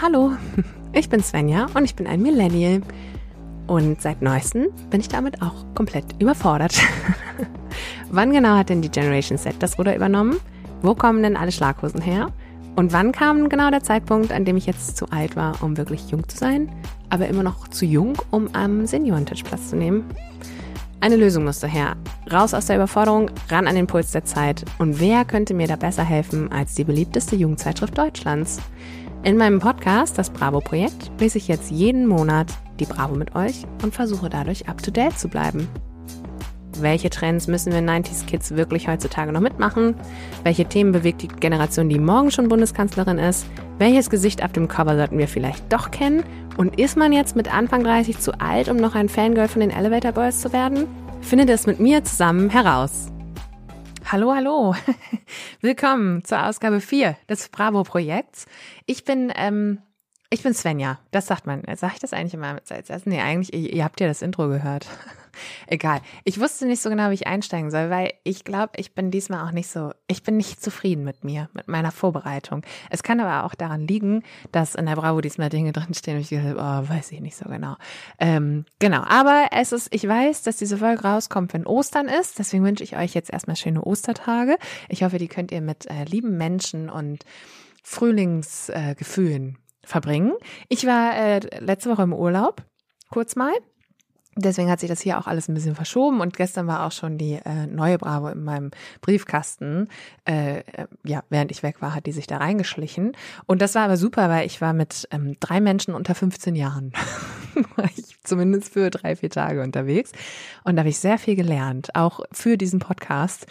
Hallo, ich bin Svenja und ich bin ein Millennial. Und seit Neuestem bin ich damit auch komplett überfordert. Wann genau hat denn die Generation Z das Ruder übernommen? Wo kommen denn alle Schlaghosen her? Und wann kam genau der Zeitpunkt, an dem ich jetzt zu alt war, um wirklich jung zu sein, aber immer noch zu jung, um am Seniorentisch Platz zu nehmen? Eine Lösung musste her. Raus aus der Überforderung, ran an den Puls der Zeit. Und wer könnte mir da besser helfen als die beliebteste Jugendzeitschrift Deutschlands? In meinem Podcast, das Bravo-Projekt, lese ich jetzt jeden Monat die Bravo mit euch und versuche dadurch up-to-date zu bleiben. Welche Trends müssen wir 90s-Kids wirklich heutzutage noch mitmachen? Welche Themen bewegt die Generation, die morgen schon Bundeskanzlerin ist? Welches Gesicht auf dem Cover sollten wir vielleicht doch kennen? Und ist man jetzt mit Anfang 30 zu alt, um noch ein Fangirl von den Elevator Boys zu werden? Findet es mit mir zusammen heraus. Hallo. Willkommen zur Ausgabe 4 des Bravo-Projekts. Ich bin Svenja. Das sagt man. Sag ich das eigentlich immer als erstes? Nee, eigentlich, ihr habt ja das Intro gehört. Egal. Ich wusste nicht so genau, wie ich einsteigen soll, weil ich glaube, ich bin nicht zufrieden mit mir, mit meiner Vorbereitung. Es kann aber auch daran liegen, dass in der Bravo diesmal Dinge drinstehen und ich gedacht habe, weiß ich nicht so genau. Genau, aber ich weiß, dass diese Folge rauskommt, wenn Ostern ist, deswegen wünsche ich euch jetzt erstmal schöne Ostertage. Ich hoffe, die könnt ihr mit lieben Menschen und Frühlingsgefühlen verbringen. Ich war letzte Woche im Urlaub, kurz mal. Deswegen hat sich das hier auch alles ein bisschen verschoben und gestern war auch schon die neue Bravo in meinem Briefkasten. Während ich weg war, hat die sich da reingeschlichen. Und das war aber super, weil ich war mit 3 Menschen unter 15 Jahren. War ich zumindest für 3-4 Tage unterwegs. Und da habe ich sehr viel gelernt, auch für diesen Podcast.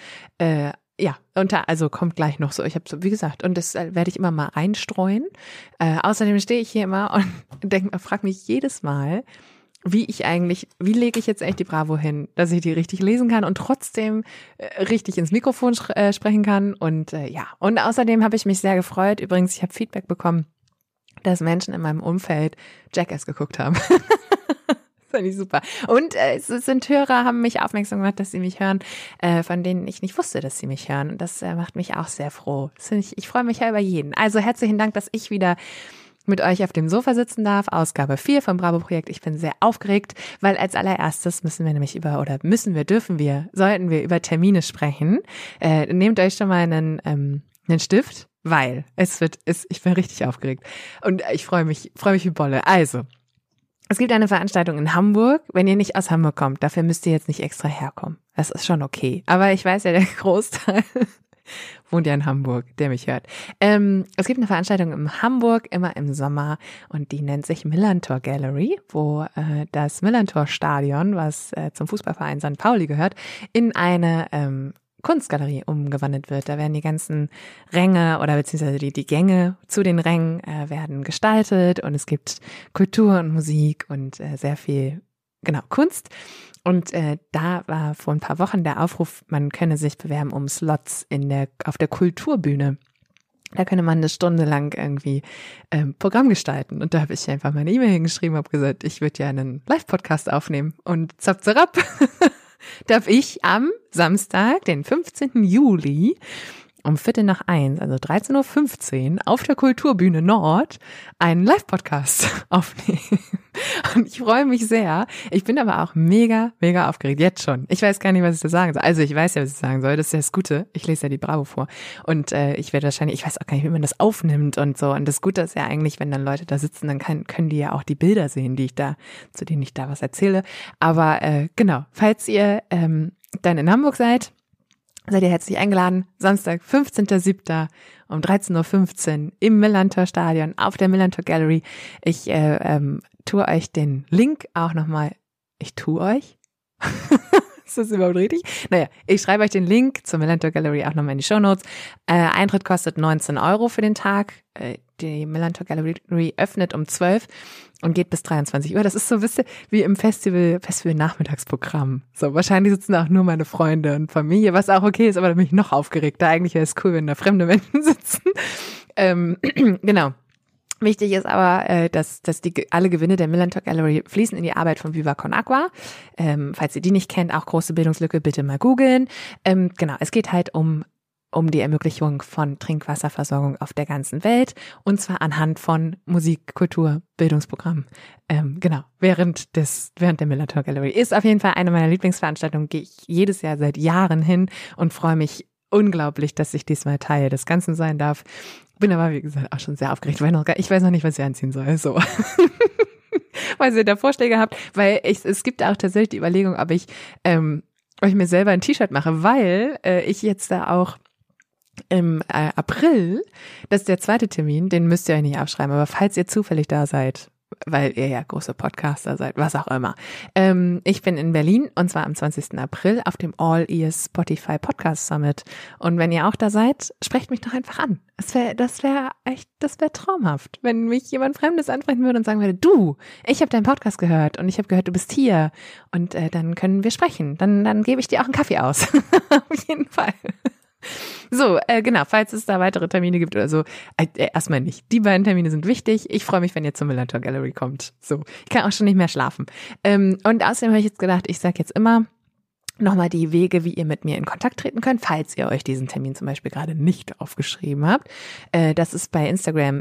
Also kommt gleich noch so. Ich habe so, wie gesagt, und das werde ich immer mal reinstreuen. Außerdem stehe ich hier immer und frage mich jedes Mal, wie lege ich jetzt echt die Bravo hin, dass ich die richtig lesen kann und trotzdem richtig ins Mikrofon sprechen kann. Und und außerdem habe ich mich sehr gefreut. Übrigens, ich habe Feedback bekommen, dass Menschen in meinem Umfeld Jackass geguckt haben. Das fand ich super. Und es sind Hörer, haben mich aufmerksam gemacht, dass sie mich hören, von denen ich nicht wusste, dass sie mich hören. Und das macht mich auch sehr froh. Ich freue mich ja über jeden. Also herzlichen Dank, dass ich wieder mit euch auf dem Sofa sitzen darf. Ausgabe 4 vom Bravo-Projekt. Ich bin sehr aufgeregt, weil als allererstes sollten wir über Termine sprechen. Nehmt euch schon mal einen Stift, weil ich bin richtig aufgeregt. Und ich freue mich wie Bolle. Also, es gibt eine Veranstaltung in Hamburg. Wenn ihr nicht aus Hamburg kommt, dafür müsst ihr jetzt nicht extra herkommen. Das ist schon okay. Aber ich weiß ja, der Großteil wohnt ja in Hamburg, der mich hört. Es gibt eine Veranstaltung in Hamburg, immer im Sommer, und die nennt sich Millantor Gallery, wo das Millantor Stadion, was zum Fußballverein St. Pauli gehört, in eine Kunstgalerie umgewandelt wird. Da werden die ganzen Ränge oder beziehungsweise die Gänge zu den Rängen werden gestaltet und es gibt Kultur und Musik und sehr viel, Kunst. Und da war vor ein paar Wochen der Aufruf, man könne sich bewerben um Slots auf der Kulturbühne. Da könne man eine Stunde lang irgendwie Programm gestalten. Und da habe ich einfach meine E-Mail hingeschrieben, habe gesagt, ich würde ja einen Live-Podcast aufnehmen. Und zapp, zapp, darf ich am Samstag, den 15. Juli, um 12:45, also 13:15 Uhr, auf der Kulturbühne Nord einen Live-Podcast aufnehmen. Und ich freue mich sehr. Ich bin aber auch mega, mega aufgeregt. Jetzt schon. Ich weiß gar nicht, was ich da sagen soll. Also ich weiß ja, was ich sagen soll. Das ist ja das Gute. Ich lese ja die Bravo vor. Und ich weiß auch gar nicht, wie man das aufnimmt und so. Und das Gute ist ja eigentlich, wenn dann Leute da sitzen, dann können die ja auch die Bilder sehen, zu denen ich da was erzähle. Aber falls ihr dann in Hamburg seid ihr herzlich eingeladen. Samstag, 15.07. um 13:15 Uhr im Millantor Stadion auf der Millantor Gallery. Ich tue euch den Link auch nochmal. Ich tue euch? Ist das überhaupt richtig? Naja, ich schreibe euch den Link zur Millantor Gallery auch nochmal in die Shownotes. Eintritt kostet 19 € für den Tag. Die Millantor Gallery öffnet um 12 und geht bis 23 Uhr. Das ist so ein bisschen wie im Festival-Nachmittagsprogramm. So, wahrscheinlich sitzen auch nur meine Freunde und Familie, was auch okay ist, aber da bin ich noch aufgeregter. Eigentlich wäre es cool, wenn da fremde Menschen sitzen. Genau. Wichtig ist aber, dass alle Gewinne der Millantor Gallery fließen in die Arbeit von Viva Con Agua. Falls ihr die nicht kennt, auch große Bildungslücke, bitte mal googeln. Es geht halt um um die Ermöglichung von Trinkwasserversorgung auf der ganzen Welt, und zwar anhand von Musik, Kultur, Bildungsprogrammen. Genau, während der Millantor Gallery. Ist auf jeden Fall eine meiner Lieblingsveranstaltungen, gehe ich jedes Jahr seit Jahren hin und freue mich unglaublich, dass ich diesmal Teil des Ganzen sein darf. Bin aber, wie gesagt, auch schon sehr aufgeregt, weil ich weiß noch nicht, was ich anziehen soll. So. Weil ihr da Vorschläge habt, weil es gibt auch tatsächlich die Überlegung, ob ich mir selber ein T-Shirt mache, weil ich jetzt da auch im April, das ist der zweite Termin, den müsst ihr euch nicht aufschreiben, aber falls ihr zufällig da seid, weil ihr ja große Podcaster seid, was auch immer. Ich bin in Berlin und zwar am 20. April auf dem All Ears Spotify Podcast Summit. Und wenn ihr auch da seid, sprecht mich doch einfach an. Das wäre traumhaft, wenn mich jemand Fremdes ansprechen würde und sagen würde, du, ich habe deinen Podcast gehört und ich habe gehört, du bist hier und dann können wir sprechen. Dann gebe ich dir auch einen Kaffee aus. Auf jeden Fall. So, genau, falls es da weitere Termine gibt oder so, erstmal nicht. Die beiden Termine sind wichtig. Ich freue mich, wenn ihr zur Millantor Gallery kommt. So, ich kann auch schon nicht mehr schlafen. Und außerdem habe ich jetzt gedacht, ich sage jetzt immer nochmal die Wege, wie ihr mit mir in Kontakt treten könnt, falls ihr euch diesen Termin zum Beispiel gerade nicht aufgeschrieben habt. Das ist bei Instagram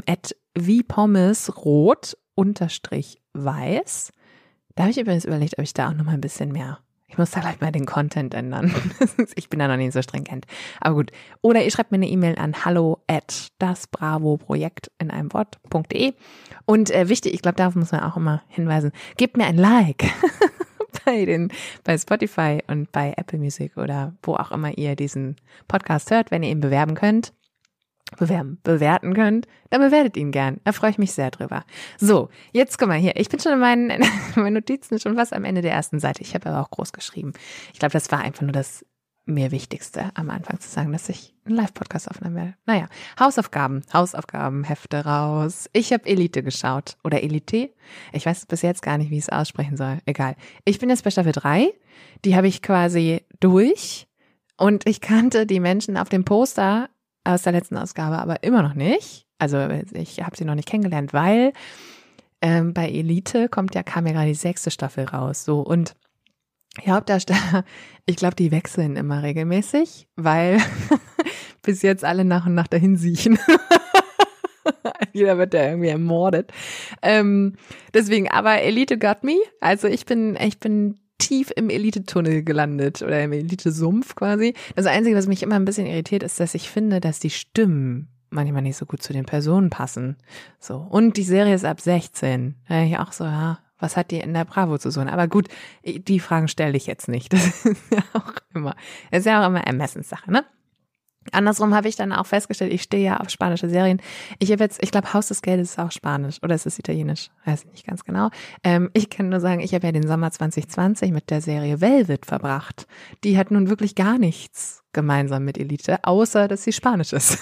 @wiepommesrot_weiß. Da habe ich übrigens überlegt, ob ich da auch nochmal ein bisschen mehr. Ich muss da gleich mal den Content ändern. Ich bin da noch nicht so stringent. Aber gut. Oder ihr schreibt mir eine E-Mail an hallo@dasbravoprojekt in einem Wort.de. Und wichtig, ich glaube, darauf muss man auch immer hinweisen, gebt mir ein Like bei Spotify und bei Apple Music oder wo auch immer ihr diesen Podcast hört, wenn ihr ihn bewerten könnt, dann bewertet ihn gern. Da freue ich mich sehr drüber. So, jetzt guck mal hier. Ich bin schon in meinen Notizen schon fast am Ende der ersten Seite. Ich habe aber auch groß geschrieben. Ich glaube, das war einfach nur das mir Wichtigste am Anfang zu sagen, dass ich einen Live-Podcast aufnehmen werde. Naja, Hausaufgabenhefte raus. Ich habe Elite geschaut. Oder Elite? Ich weiß bis jetzt gar nicht, wie ich es aussprechen soll. Egal. Ich bin jetzt bei Staffel 3. Die habe ich quasi durch. Und ich kannte die Menschen auf dem Poster aus der letzten Ausgabe, aber immer noch nicht. Also ich habe sie noch nicht kennengelernt, weil bei Elite kam ja gerade die 6. Staffel raus. So, und die Hauptdarsteller, ich glaube, die wechseln immer regelmäßig, weil bis jetzt alle nach und nach dahin siechen. Jeder wird ja irgendwie ermordet. Deswegen, aber Elite got me. Also ich bin tief im Elite-Tunnel gelandet oder im Elite-Sumpf quasi. Das Einzige, was mich immer ein bisschen irritiert, ist, dass ich finde, dass die Stimmen manchmal nicht so gut zu den Personen passen. So. Und die Serie ist ab 16. Da ich auch so, ja, was hat die in der Bravo zu suchen? Aber gut, die Fragen stelle ich jetzt nicht. Das ist ja auch immer Ermessenssache, ne? Andersrum habe ich dann auch festgestellt, ich stehe ja auf spanische Serien. Ich glaube, Haus des Geldes ist auch Spanisch oder ist es italienisch? Weiß ich nicht ganz genau. Ich kann nur sagen, ich habe ja den Sommer 2020 mit der Serie Velvet verbracht. Die hat nun wirklich gar nichts gemeinsam mit Elite, außer dass sie Spanisch ist.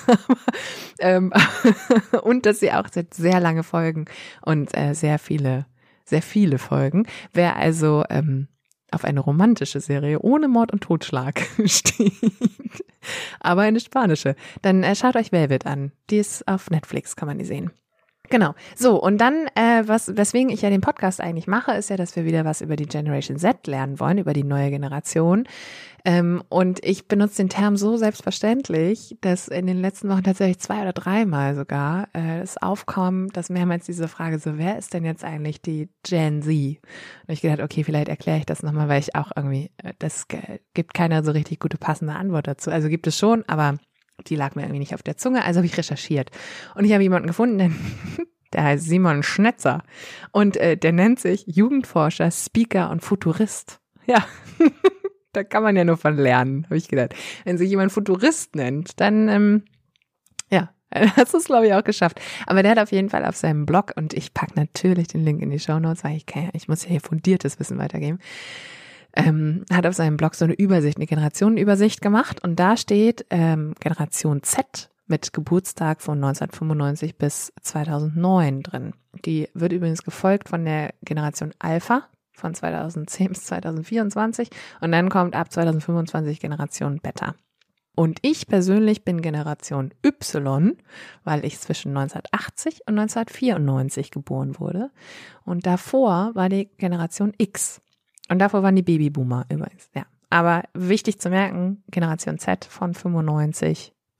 Und dass sie auch sehr lange Folgen und sehr viele Folgen. Wer also auf eine romantische Serie ohne Mord und Totschlag steht, aber eine spanische, dann schaut euch Velvet an. Die ist auf Netflix, kann man die sehen. Genau. So, und dann, weswegen ich ja den Podcast eigentlich mache, ist ja, dass wir wieder was über die Generation Z lernen wollen, über die neue Generation. Und ich benutze den Term so selbstverständlich, dass in den letzten Wochen tatsächlich 2 oder 3 Mal sogar es aufkam, dass mehrmals diese Frage so, wer ist denn jetzt eigentlich die Gen Z? Und ich gedacht, okay, vielleicht erkläre ich das nochmal, weil ich auch irgendwie, das gibt keine so richtig gute passende Antwort dazu. Also gibt es schon, aber die lag mir irgendwie nicht auf der Zunge, also habe ich recherchiert. Und ich habe jemanden gefunden, der heißt Simon Schnetzer und der nennt sich Jugendforscher, Speaker und Futurist. Ja, da kann man ja nur von lernen, habe ich gedacht. Wenn sich jemand Futurist nennt, dann, hast du es, glaube ich, auch geschafft. Aber der hat auf jeden Fall auf seinem Blog, und ich packe natürlich den Link in die Shownotes, weil ich muss ja hier fundiertes Wissen weitergeben, hat auf seinem Blog so eine Generationenübersicht gemacht, und da steht Generation Z mit Geburtstag von 1995 bis 2009 drin. Die wird übrigens gefolgt von der Generation Alpha von 2010 bis 2024 und dann kommt ab 2025 Generation Beta. Und ich persönlich bin Generation Y, weil ich zwischen 1980 und 1994 geboren wurde. Und davor war die Generation X. Und davor waren die Babyboomer übrigens, ja. Aber wichtig zu merken, Generation Z von 95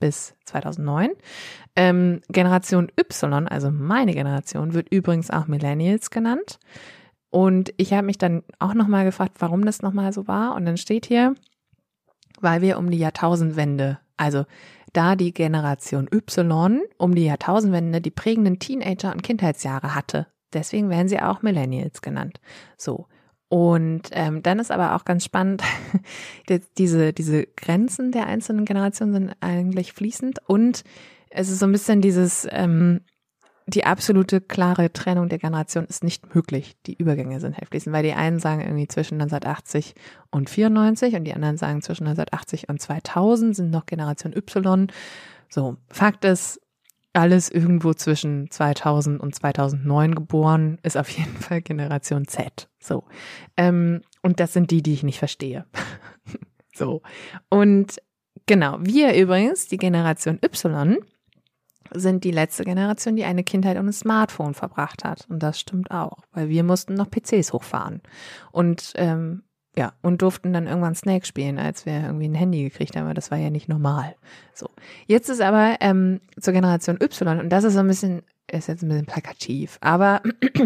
bis 2009. Generation Y, also meine Generation, wird übrigens auch Millennials genannt. Und ich habe mich dann auch nochmal gefragt, warum das nochmal so war. Und dann steht hier, weil wir um die Jahrtausendwende, also da die Generation Y um die Jahrtausendwende die prägenden Teenager- und Kindheitsjahre hatte. Deswegen werden sie auch Millennials genannt. So. Und dann ist aber auch ganz spannend, diese Grenzen der einzelnen Generationen sind eigentlich fließend und es ist so ein bisschen dieses, die absolute klare Trennung der Generation ist nicht möglich. Die Übergänge sind halt fließend, weil die einen sagen irgendwie zwischen 1980 und 94 und die anderen sagen zwischen 1980 und 2000 sind noch Generation Y. So, Fakt ist, alles irgendwo zwischen 2000 und 2009 geboren, ist auf jeden Fall Generation Z. So. Und das sind die ich nicht verstehe. So. Und genau, wir übrigens, die Generation Y, sind die letzte Generation, die eine Kindheit ohne Smartphone verbracht hat. Und das stimmt auch, weil wir mussten noch PCs hochfahren. Und und durften dann irgendwann Snake spielen, als wir irgendwie ein Handy gekriegt haben, aber das war ja nicht normal. So. Jetzt ist aber zur Generation Y, und das ist so ein bisschen, ist jetzt ein bisschen plakativ, aber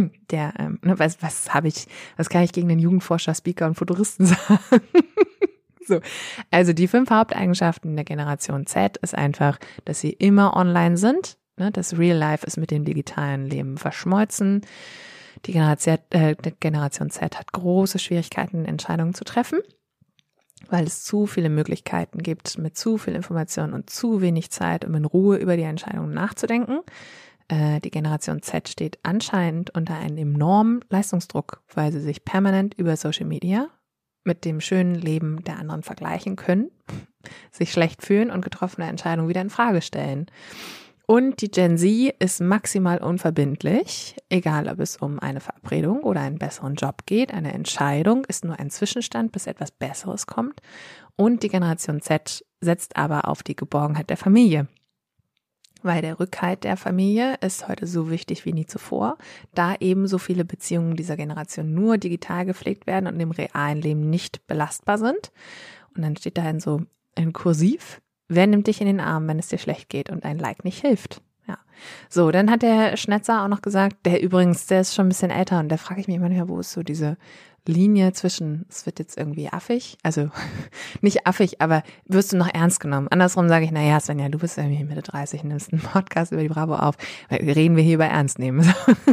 was kann ich gegen den Jugendforscher, Speaker und Futuristen sagen? So. Also die 5 Haupteigenschaften der Generation Z ist einfach, dass sie immer online sind, ne? Das Real Life ist mit dem digitalen Leben verschmolzen. Die Generation Z hat große Schwierigkeiten, Entscheidungen zu treffen, weil es zu viele Möglichkeiten gibt, mit zu viel Information und zu wenig Zeit, um in Ruhe über die Entscheidungen nachzudenken. Die Generation Z steht anscheinend unter einem enormen Leistungsdruck, weil sie sich permanent über Social Media mit dem schönen Leben der anderen vergleichen können, sich schlecht fühlen und getroffene Entscheidungen wieder in Frage stellen. Und die Gen Z ist maximal unverbindlich, egal ob es um eine Verabredung oder einen besseren Job geht. Eine Entscheidung ist nur ein Zwischenstand, bis etwas Besseres kommt. Und die Generation Z setzt aber auf die Geborgenheit der Familie. Weil der Rückhalt der Familie ist heute so wichtig wie nie zuvor, da eben so viele Beziehungen dieser Generation nur digital gepflegt werden und im realen Leben nicht belastbar sind. Und dann steht da in Kursiv: Wer nimmt dich in den Arm, wenn es dir schlecht geht und ein Like nicht hilft? Ja. So, dann hat der Schnetzer auch noch gesagt, der ist schon ein bisschen älter und da frage ich mich manchmal, wo ist so diese Linie zwischen, es wird jetzt irgendwie affig, also nicht affig, aber wirst du noch ernst genommen? Andersrum sage ich, naja, Svenja, du bist irgendwie Mitte 30, nimmst einen Podcast über die Bravo auf, reden wir hier über Ernst nehmen.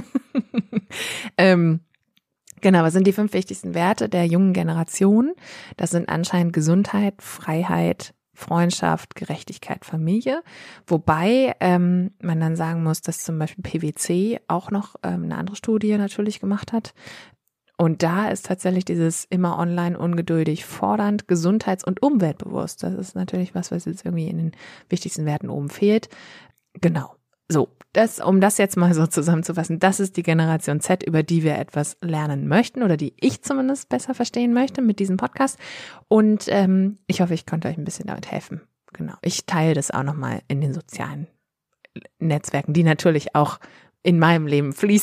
Genau, was sind die 5 wichtigsten Werte der jungen Generation? Das sind anscheinend Gesundheit, Freiheit, Freundschaft, Gerechtigkeit, Familie, wobei man dann sagen muss, dass zum Beispiel PwC auch noch eine andere Studie natürlich gemacht hat. Und da ist tatsächlich dieses immer online, ungeduldig, fordernd, gesundheits- und umweltbewusst. Das ist natürlich was jetzt irgendwie in den wichtigsten Werten oben fehlt. Genau. So, um das jetzt mal so zusammenzufassen, das ist die Generation Z, über die wir etwas lernen möchten oder die ich zumindest besser verstehen möchte mit diesem Podcast. Und ich hoffe, ich konnte euch ein bisschen damit helfen. Genau. Ich teile das auch nochmal in den sozialen Netzwerken, die natürlich auch in meinem Leben sich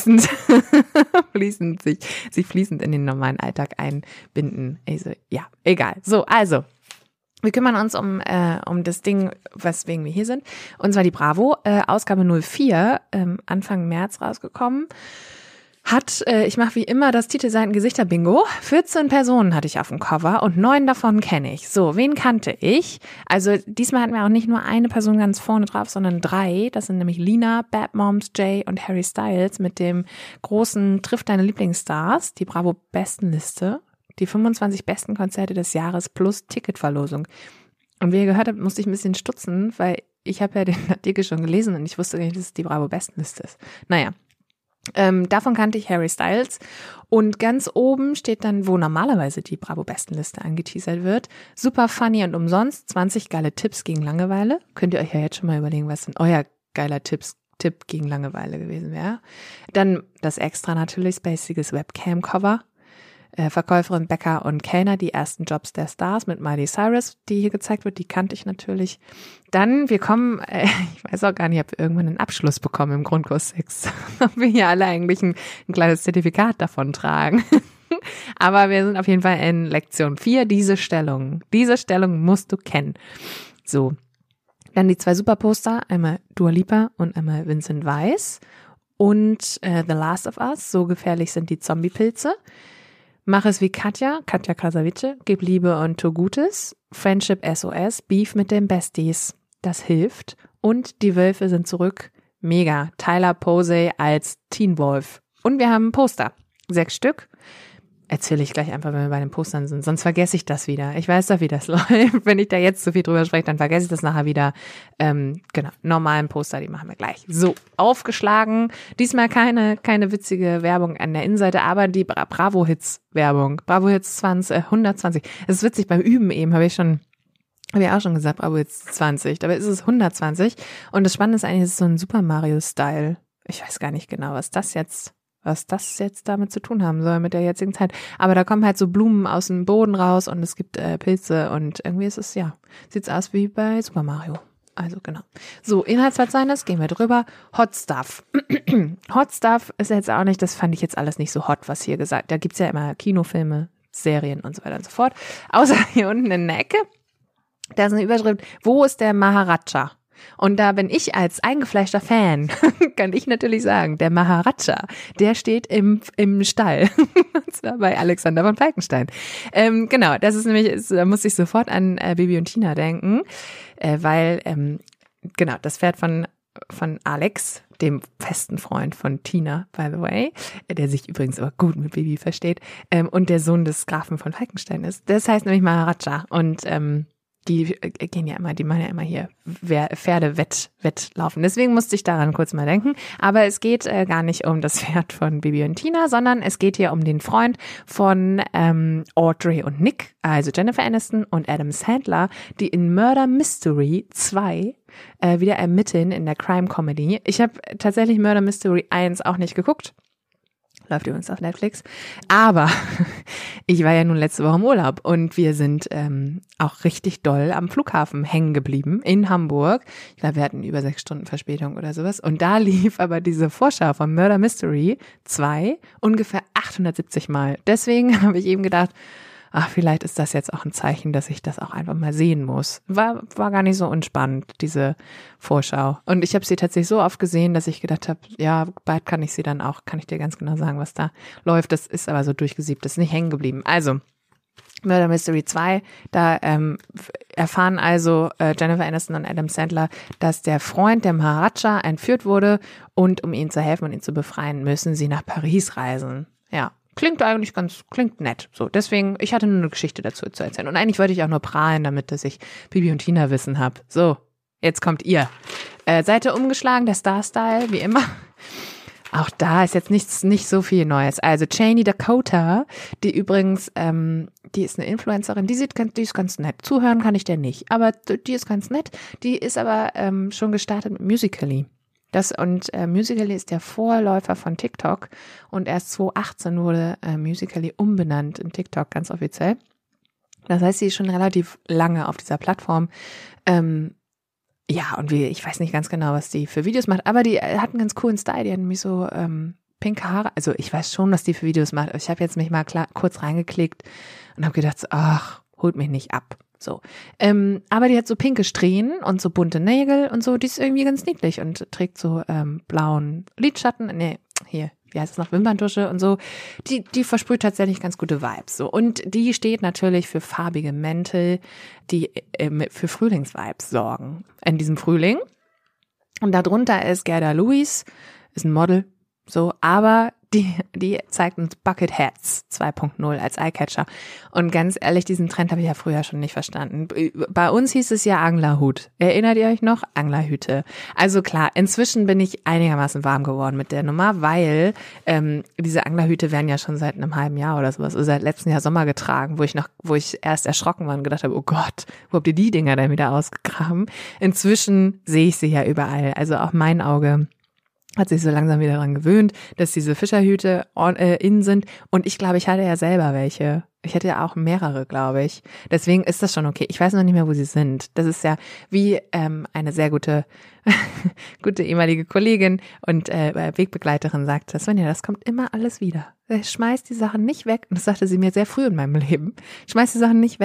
fließend in den normalen Alltag einbinden. Also, ja, egal. So, also. Wir kümmern uns um das Ding, weswegen wir hier sind. Und zwar die Bravo, Ausgabe 04, Anfang März rausgekommen. Ich mache wie immer das Titelseiten-Gesichter-Bingo. 14 Personen hatte ich auf dem Cover und 9 davon kenne ich. So, wen kannte ich? Also diesmal hatten wir auch nicht nur eine Person ganz vorne drauf, sondern 3. Das sind nämlich Lina, Bad Moms, Jay und Harry Styles mit dem großen Triff deine Lieblingsstars, die Bravo-Bestenliste. Die 25 besten Konzerte des Jahres plus Ticketverlosung. Und wie ihr gehört habt, musste ich ein bisschen stutzen, weil ich habe ja den Artikel schon gelesen und ich wusste gar nicht, dass es die Bravo-Bestenliste ist. Naja, davon kannte ich Harry Styles. Und ganz oben steht dann, wo normalerweise die Bravo-Bestenliste angeteasert wird, super funny und umsonst, 20 geile Tipps gegen Langeweile. Könnt ihr euch ja jetzt schon mal überlegen, was denn euer geiler Tipp gegen Langeweile gewesen wäre. Dann das Extra natürlich, spaciges Webcam-Cover. Verkäuferin, Bäcker und Kellner, die ersten Jobs der Stars mit Miley Cyrus, die hier gezeigt wird, die kannte ich natürlich. Dann, ich weiß auch gar nicht, ob wir irgendwann einen Abschluss bekommen im Grundkurs 6, ob wir hier alle eigentlich ein kleines Zertifikat davon tragen. Aber wir sind auf jeden Fall in Lektion 4, diese Stellung musst du kennen. So. Dann die 2 Superposter, einmal Dua Lipa und einmal Vincent Weiss. Und The Last of Us, so gefährlich sind die Zombie-Pilze. Mach es wie Katja Krasavice, gib Liebe und tu Gutes. Friendship SOS, Beef mit den Besties, das hilft. Und die Wölfe sind zurück, mega. Tyler Posey als Teen Wolf. Und wir haben Poster, 6 Stück. Erzähle ich gleich einfach, wenn wir bei den Postern sind. Sonst vergesse ich das wieder. Ich weiß doch, wie das läuft. Wenn ich da jetzt so viel drüber spreche, dann vergesse ich das nachher wieder. Genau, normalen Poster, die machen wir gleich. So, aufgeschlagen. Diesmal keine witzige Werbung an der Innenseite, aber die Bravo-Hits-Werbung. Bravo-Hits 120. Es ist witzig, beim Üben eben habe ich auch schon gesagt, Bravo-Hits 20. Dabei ist es 120. Und das Spannende ist eigentlich, es ist so ein Super Mario-Style. Ich weiß gar nicht genau, was das jetzt damit zu tun haben soll mit der jetzigen Zeit. Aber da kommen halt so Blumen aus dem Boden raus und es gibt Pilze und irgendwie ist es, sieht's aus wie bei Super Mario. Also genau. So, Inhaltsverzeichnis, gehen wir drüber. Hot Stuff. Hot Stuff ist jetzt auch nicht, das fand ich jetzt alles nicht so hot, was hier gesagt. Da gibt's ja immer Kinofilme, Serien und so weiter und so fort. Außer hier unten in der Ecke, da ist eine Überschrift, wo ist der Maharaja? Und da bin ich als eingefleischter Fan, kann ich natürlich sagen, der Maharaja, der steht im Stall. Und zwar bei Alexander von Falkenstein. Genau, das ist nämlich, da muss ich sofort an Bibi und Tina denken, weil, genau, das Pferd von Alex, dem festen Freund von Tina, by the way, der sich übrigens aber gut mit Bibi versteht, und der Sohn des Grafen von Falkenstein ist. Das heißt nämlich Maharaja und die machen ja immer hier Pferde wettlaufen. Deswegen musste ich daran kurz mal denken. Aber es geht gar nicht um das Pferd von Bibi und Tina, sondern es geht hier um den Freund von Audrey und Nick, also Jennifer Aniston und Adam Sandler, die in Murder Mystery 2 wieder ermitteln in der Crime Comedy. Ich habe tatsächlich Murder Mystery 1 auch nicht geguckt. Läuft übrigens auf Netflix. Aber ich war ja nun letzte Woche im Urlaub und wir sind auch richtig doll am Flughafen hängen geblieben in Hamburg. Ich glaube, wir hatten über 6 Stunden Verspätung oder sowas. Und da lief aber diese Vorschau von Murder Mystery 2 ungefähr 870 Mal. Deswegen habe ich eben gedacht, vielleicht ist das jetzt auch ein Zeichen, dass ich das auch einfach mal sehen muss. War gar nicht so unspannend, diese Vorschau. Und ich habe sie tatsächlich so oft gesehen, dass ich gedacht habe, ja, bald kann ich dir ganz genau sagen, was da läuft. Das ist aber so durchgesiebt, das ist nicht hängen geblieben. Also, Murder Mystery 2, da erfahren also Jennifer Aniston und Adam Sandler, dass der Freund der Maharaja entführt wurde und um ihm zu helfen und ihn zu befreien, müssen sie nach Paris reisen. Ja. Klingt nett. So, deswegen, ich hatte nur eine Geschichte dazu zu erzählen. Und eigentlich wollte ich auch nur prahlen, damit dass ich Bibi und Tina Wissen habe. So, jetzt kommt ihr. Seite umgeschlagen, der Star-Style, wie immer. Auch da ist jetzt nicht so viel Neues. Also Janie Dakota, die übrigens, die ist eine Influencerin, die ist ganz nett. Zuhören kann ich der nicht, aber die ist ganz nett. Die ist aber schon gestartet mit Musical.ly. Musical.ly ist der Vorläufer von TikTok und erst 2018 wurde Musical.ly umbenannt in TikTok, ganz offiziell. Das heißt, sie ist schon relativ lange auf dieser Plattform. Ja, und ich weiß nicht ganz genau, was die für Videos macht, aber die hat einen ganz coolen Style, die hat nämlich so pinke Haare. Also ich weiß schon, was die für Videos macht, aber ich habe jetzt mich mal kurz reingeklickt und habe gedacht, holt mich nicht ab. So, aber die hat so pinke Strähnen und so bunte Nägel und so, die ist irgendwie ganz niedlich und trägt so blauen Lidschatten, wie heißt es noch, Wimperntusche und so. Die versprüht tatsächlich ganz gute Vibes. So. Und die steht natürlich für farbige Mäntel, die für Frühlingsvibes sorgen in diesem Frühling. Und darunter ist Gerda Lewis, ist ein Model, so, aber die zeigt uns Bucket Hats 2.0 als Eyecatcher. Und ganz ehrlich, diesen Trend habe ich ja früher schon nicht verstanden. Bei uns hieß es ja Anglerhut. Erinnert ihr euch noch? Anglerhüte. Also klar, inzwischen bin ich einigermaßen warm geworden mit der Nummer, weil diese Anglerhüte werden ja schon seit einem halben Jahr oder sowas, oder seit letztem Jahr Sommer getragen, wo ich erst erschrocken war und gedacht habe, oh Gott, wo habt ihr die Dinger denn wieder ausgegraben? Inzwischen sehe ich sie ja überall. Also auch mein Auge hat sich so langsam wieder daran gewöhnt, dass diese Fischerhüte in sind. Und ich glaube, ich hatte ja selber welche. Ich hatte ja auch mehrere, glaube ich. Deswegen ist das schon okay. Ich weiß noch nicht mehr, wo sie sind. Das ist ja wie eine sehr gute ehemalige Kollegin und Wegbegleiterin sagt, Svenja, das kommt immer alles wieder. Schmeiß die Sachen nicht weg. Und das sagte sie mir sehr früh in meinem Leben. Schmeiß die Sachen nicht weg.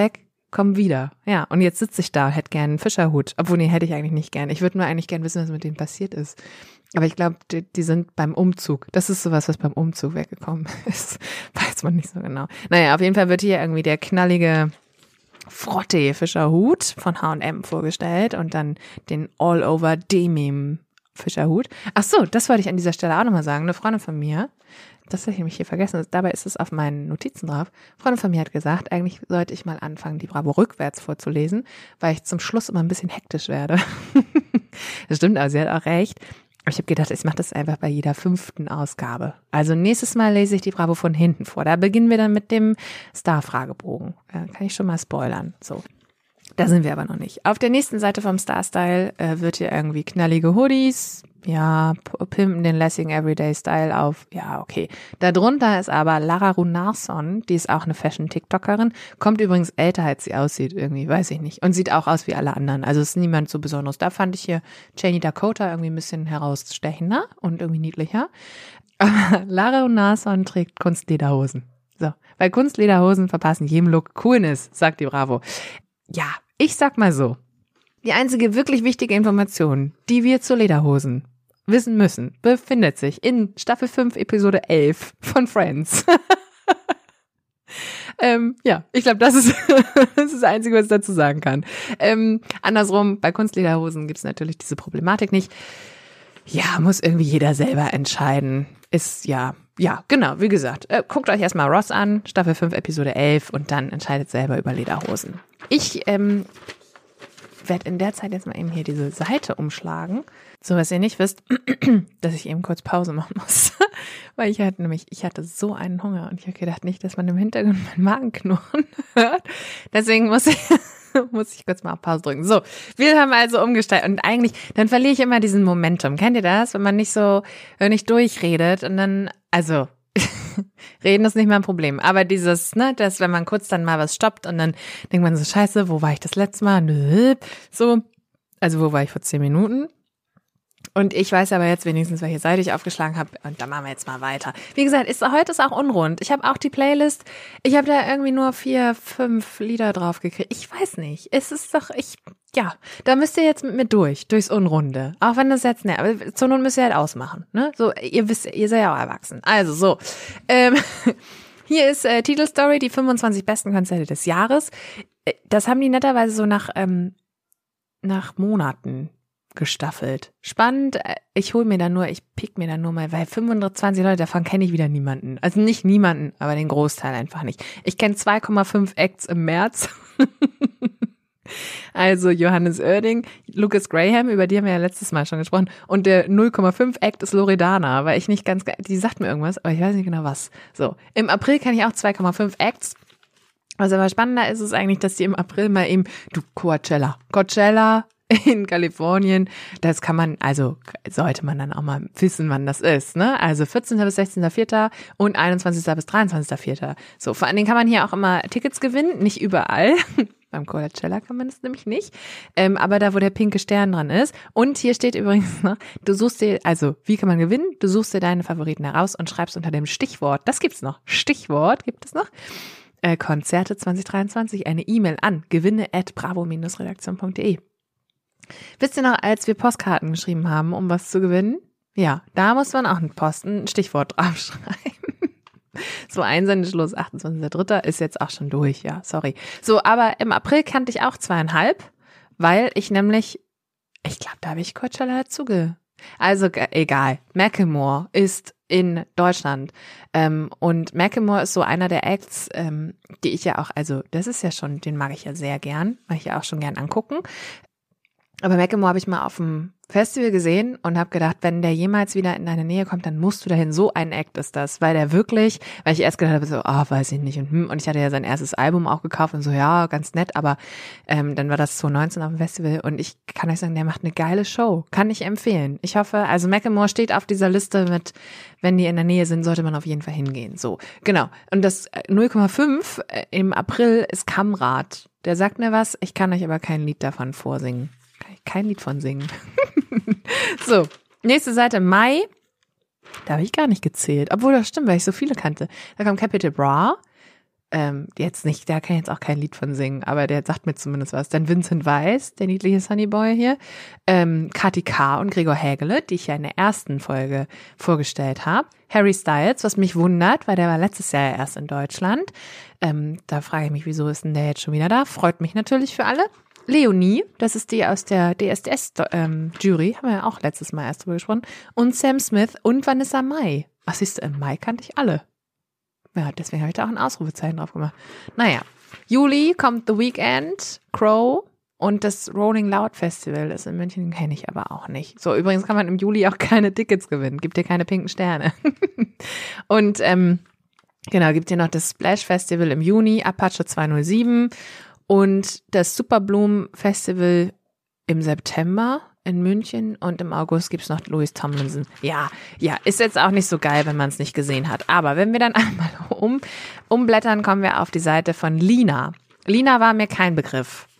komm wieder. Ja, und jetzt sitze ich da, hätte gern einen Fischerhut. Obwohl, nee, hätte ich eigentlich nicht gern. Ich würde nur eigentlich gern wissen, was mit denen passiert ist. Aber ich glaube, die sind beim Umzug. Das ist sowas, was beim Umzug weggekommen ist. Weiß man nicht so genau. Naja, auf jeden Fall wird hier irgendwie der knallige Frottee-Fischerhut von H&M vorgestellt und dann den All-Over-Denim-Fischerhut. Ach so, das wollte ich an dieser Stelle auch nochmal sagen. Eine Freundin von mir, das habe ich nämlich hier vergessen, dabei ist es auf meinen Notizen drauf. Eine Freundin von mir hat gesagt, eigentlich sollte ich mal anfangen, die Bravo rückwärts vorzulesen, weil ich zum Schluss immer ein bisschen hektisch werde. Das stimmt, aber sie hat auch recht. Ich habe gedacht, ich mache das einfach bei jeder 5. Ausgabe. Also nächstes Mal lese ich die Bravo von hinten vor. Da beginnen wir dann mit dem Star-Fragebogen. Kann ich schon mal spoilern. So, da sind wir aber noch nicht. Auf der nächsten Seite vom Star-Style wird hier irgendwie knallige Hoodies. Ja, pimpen den Lessing Everyday Style auf. Ja, okay. Darunter ist aber Lara Runarsson, die ist auch eine Fashion-TikTokerin. Kommt übrigens älter, als sie aussieht irgendwie, weiß ich nicht. Und sieht auch aus wie alle anderen. Also ist niemand so besonders. Da fand ich hier Janie Dakota irgendwie ein bisschen herausstechender und irgendwie niedlicher. Aber Lara Runarsson trägt Kunstlederhosen. So, weil Kunstlederhosen verpassen jedem Look Coolness, sagt die Bravo. Ja, ich sag mal so. Die einzige wirklich wichtige Information, die wir zu Lederhosen wissen müssen, befindet sich in Staffel 5, Episode 11 von Friends. Ja, ich glaube, das ist das Einzige, was ich dazu sagen kann. Andersrum, bei Kunstlederhosen gibt es natürlich diese Problematik nicht. Ja, muss irgendwie jeder selber entscheiden. Ist ja, genau, wie gesagt, guckt euch erstmal Ross an, Staffel 5, Episode 11 und dann entscheidet selber über Lederhosen. Ich werde in der Zeit jetzt mal eben hier diese Seite umschlagen. So, was ihr nicht wisst, dass ich eben kurz Pause machen muss. Weil ich hatte so einen Hunger und ich habe gedacht, nicht, dass man im Hintergrund meinen Magen knurren hört. Deswegen muss ich kurz mal auf Pause drücken. So, wir haben also umgestellt und eigentlich, dann verliere ich immer diesen Momentum. Kennt ihr das? Wenn man nicht durchredet und dann, also, reden ist nicht mehr ein Problem. Aber dieses, dass wenn man kurz dann mal was stoppt und dann denkt man so, scheiße, wo war ich das letzte Mal? Nö. So, also wo war ich vor 10 Minuten? Und ich weiß aber jetzt wenigstens, welche Seite ich aufgeschlagen habe. Und da machen wir jetzt mal weiter. Wie gesagt, heute ist auch unrund. Ich habe auch die Playlist. Ich habe da irgendwie nur 4, 5 Lieder drauf gekriegt. Ich weiß nicht. Es ist doch, da müsst ihr jetzt mit mir durchs Unrunde. Auch wenn das jetzt, aber zur Not müsst ihr halt ausmachen. Ne? So, ihr wisst, ihr seid ja auch erwachsen. Also so. Hier ist Titelstory, die 25 besten Konzerte des Jahres. Das haben die netterweise so nach Monaten gestaffelt. Spannend. Ich pick mir da nur mal, weil 25 Leute, davon kenne ich wieder niemanden. Also nicht niemanden, aber den Großteil einfach nicht. Ich kenne 2,5 Acts im März. Also Johannes Oerding, Lucas Graham, über die haben wir ja letztes Mal schon gesprochen. Und der 0,5 Act ist Loredana, weil ich nicht die sagt mir irgendwas, aber ich weiß nicht genau was. So, im April kenne ich auch 2,5 Acts. Was aber spannender ist, eigentlich, dass die im April mal eben, Coachella in Kalifornien, das sollte man dann auch mal wissen, wann das ist, ne? Also 14. bis 16.04. und 21. bis 23.04. So, vor allen Dingen kann man hier auch immer Tickets gewinnen, nicht überall. Beim Coachella kann man das nämlich nicht. Aber da, wo der pinke Stern dran ist. Und hier steht übrigens noch, wie kann man gewinnen? Du suchst dir deine Favoriten heraus und schreibst unter dem Stichwort, das gibt's noch, Stichwort gibt es noch, Konzerte 2023, eine E-Mail an gewinne@bravo-redaktion.de. Wisst ihr noch, als wir Postkarten geschrieben haben, um was zu gewinnen? Ja, da muss man auch ein Stichwort draufschreiben. So, Einsendeschluss 28.03. ist jetzt auch schon durch, ja, sorry. So, aber im April kannte ich auch 2,5, weil ich nämlich, ich glaube, da habe ich Coachella Also egal, Macklemore ist in Deutschland und Macklemore ist so einer der Acts, die ich ja auch, also das ist ja schon, den mag ich ja sehr gern, mag ich ja auch schon gern angucken. Aber Macklemore habe ich mal auf dem Festival gesehen und habe gedacht, wenn der jemals wieder in deine Nähe kommt, dann musst du dahin. So ein Act ist das, weil ich erst gedacht habe, so, weiß ich nicht. Und ich hatte ja sein erstes Album auch gekauft und so, ja, ganz nett, aber dann war das 2019 auf dem Festival und ich kann euch sagen, der macht eine geile Show. Kann ich empfehlen. Ich hoffe, also Macklemore steht auf dieser Liste mit, wenn die in der Nähe sind, sollte man auf jeden Fall hingehen. So, genau. Und das 0,5 im April ist Kamrat. Der sagt mir was, ich kann euch aber kein Lied davon vorsingen. Kein Lied von singen. So, nächste Seite, Mai. Da habe ich gar nicht gezählt. Obwohl, das stimmt, weil ich so viele kannte. Da kommt Capital Bra. Jetzt nicht, da kann ich jetzt auch kein Lied von singen, aber der sagt mir zumindest was. Dann Vincent Weiss, der niedliche Sunnyboy hier, Kati K. und Gregor Hägele, die ich ja in der ersten Folge vorgestellt habe. Harry Styles, was mich wundert, weil der war letztes Jahr ja erst in Deutschland. Da frage ich mich, wieso ist denn der jetzt schon wieder da? Freut mich natürlich für alle. Leonie, das ist die aus der DSDS-Jury, haben wir ja auch letztes Mal erst drüber gesprochen. Und Sam Smith und Vanessa Mai. Was siehst du, im Mai kannte ich alle. Ja, deswegen habe ich da auch ein Ausrufezeichen drauf gemacht. Naja, Juli kommt The Weeknd, Crow und das Rolling Loud Festival ist in München, kenne ich aber auch nicht. So, übrigens kann man im Juli auch keine Tickets gewinnen, gibt dir keine pinken Sterne. Und genau, gibt dir noch das Splash Festival im Juni, Apache 207 und das Superbloom Festival im September in München und im August gibt's noch Louis Tomlinson. Ja, ist jetzt auch nicht so geil, wenn man es nicht gesehen hat. Aber wenn wir dann einmal umblättern, kommen wir auf die Seite von Lina. Lina war mir kein Begriff.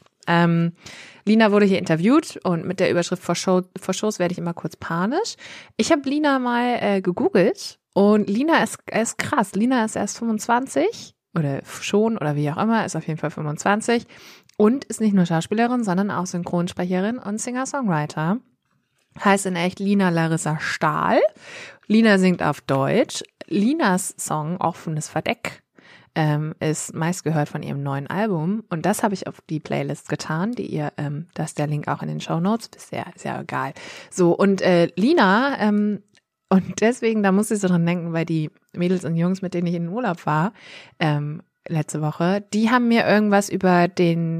Lina wurde hier interviewt und mit der Überschrift vor Shows werde ich immer kurz panisch. Ich habe Lina mal gegoogelt und Lina ist krass. Lina ist erst 25 oder schon oder wie auch immer, ist auf jeden Fall 25. Und ist nicht nur Schauspielerin, sondern auch Synchronsprecherin und Singer-Songwriter. Heißt in echt Lina Larissa Stahl. Lina singt auf Deutsch. Linas Song Offenes Verdeck ist meistgehört von ihrem neuen Album. Und das habe ich auf die Playlist getan, da ist der Link auch in den Shownotes. Bisher ist ja egal. So, und Lina, und deswegen, da muss ich so dran denken, weil die Mädels und Jungs, mit denen ich in den Urlaub war, letzte Woche, die haben mir irgendwas über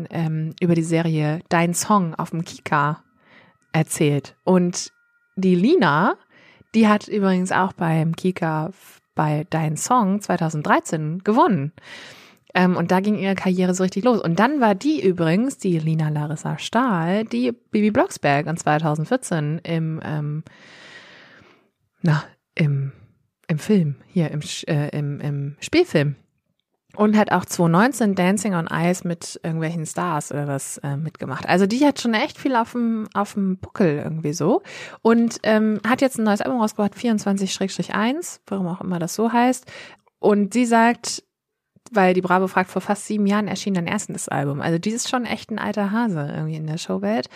die Serie Dein Song auf dem Kika erzählt. Und die Lina, die hat übrigens auch beim Kika bei Dein Song 2013 gewonnen. Und da ging ihre Karriere so richtig los. Und dann war die übrigens, die Lina Larissa Stahl, die Bibi Blocksberg in 2014 im Film, hier im Spielfilm. Und hat auch 2019 Dancing on Ice mit irgendwelchen Stars oder was mitgemacht. Also die hat schon echt viel auf dem Buckel irgendwie so. Und hat jetzt ein neues Album rausgebracht, 24/1, warum auch immer das so heißt. Und sie sagt, weil die Bravo fragt, vor fast 7 Jahren erschien dein erstes Album. Also die ist schon echt ein alter Hase irgendwie in der Showwelt.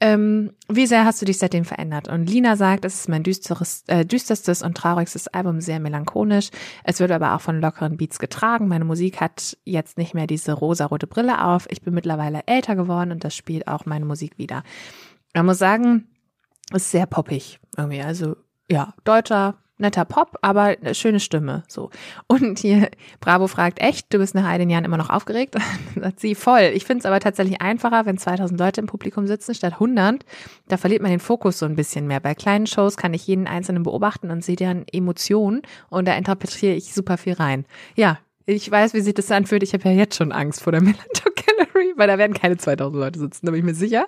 Wie sehr hast du dich seitdem verändert? Und Lina sagt, es ist mein düsterstes und traurigstes Album, sehr melancholisch. Es wird aber auch von lockeren Beats getragen. Meine Musik hat jetzt nicht mehr diese rosarote Brille auf. Ich bin mittlerweile älter geworden und das spielt auch meine Musik wieder. Man muss sagen, es ist sehr poppig irgendwie. Also ja, deutscher netter Pop, aber eine schöne Stimme, so. Und hier, Bravo fragt, echt, du bist nach all den Jahren immer noch aufgeregt? Sagt sie, voll. Ich finde es aber tatsächlich einfacher, wenn 2000 Leute im Publikum sitzen, statt 100. Da verliert man den Fokus so ein bisschen mehr. Bei kleinen Shows kann ich jeden Einzelnen beobachten und sehe deren Emotionen und da interpretiere ich super viel rein. Ja, ich weiß, wie sich das anfühlt. Ich habe ja jetzt schon Angst vor der Millantor Gallery, weil da werden keine 2000 Leute sitzen, da bin ich mir sicher.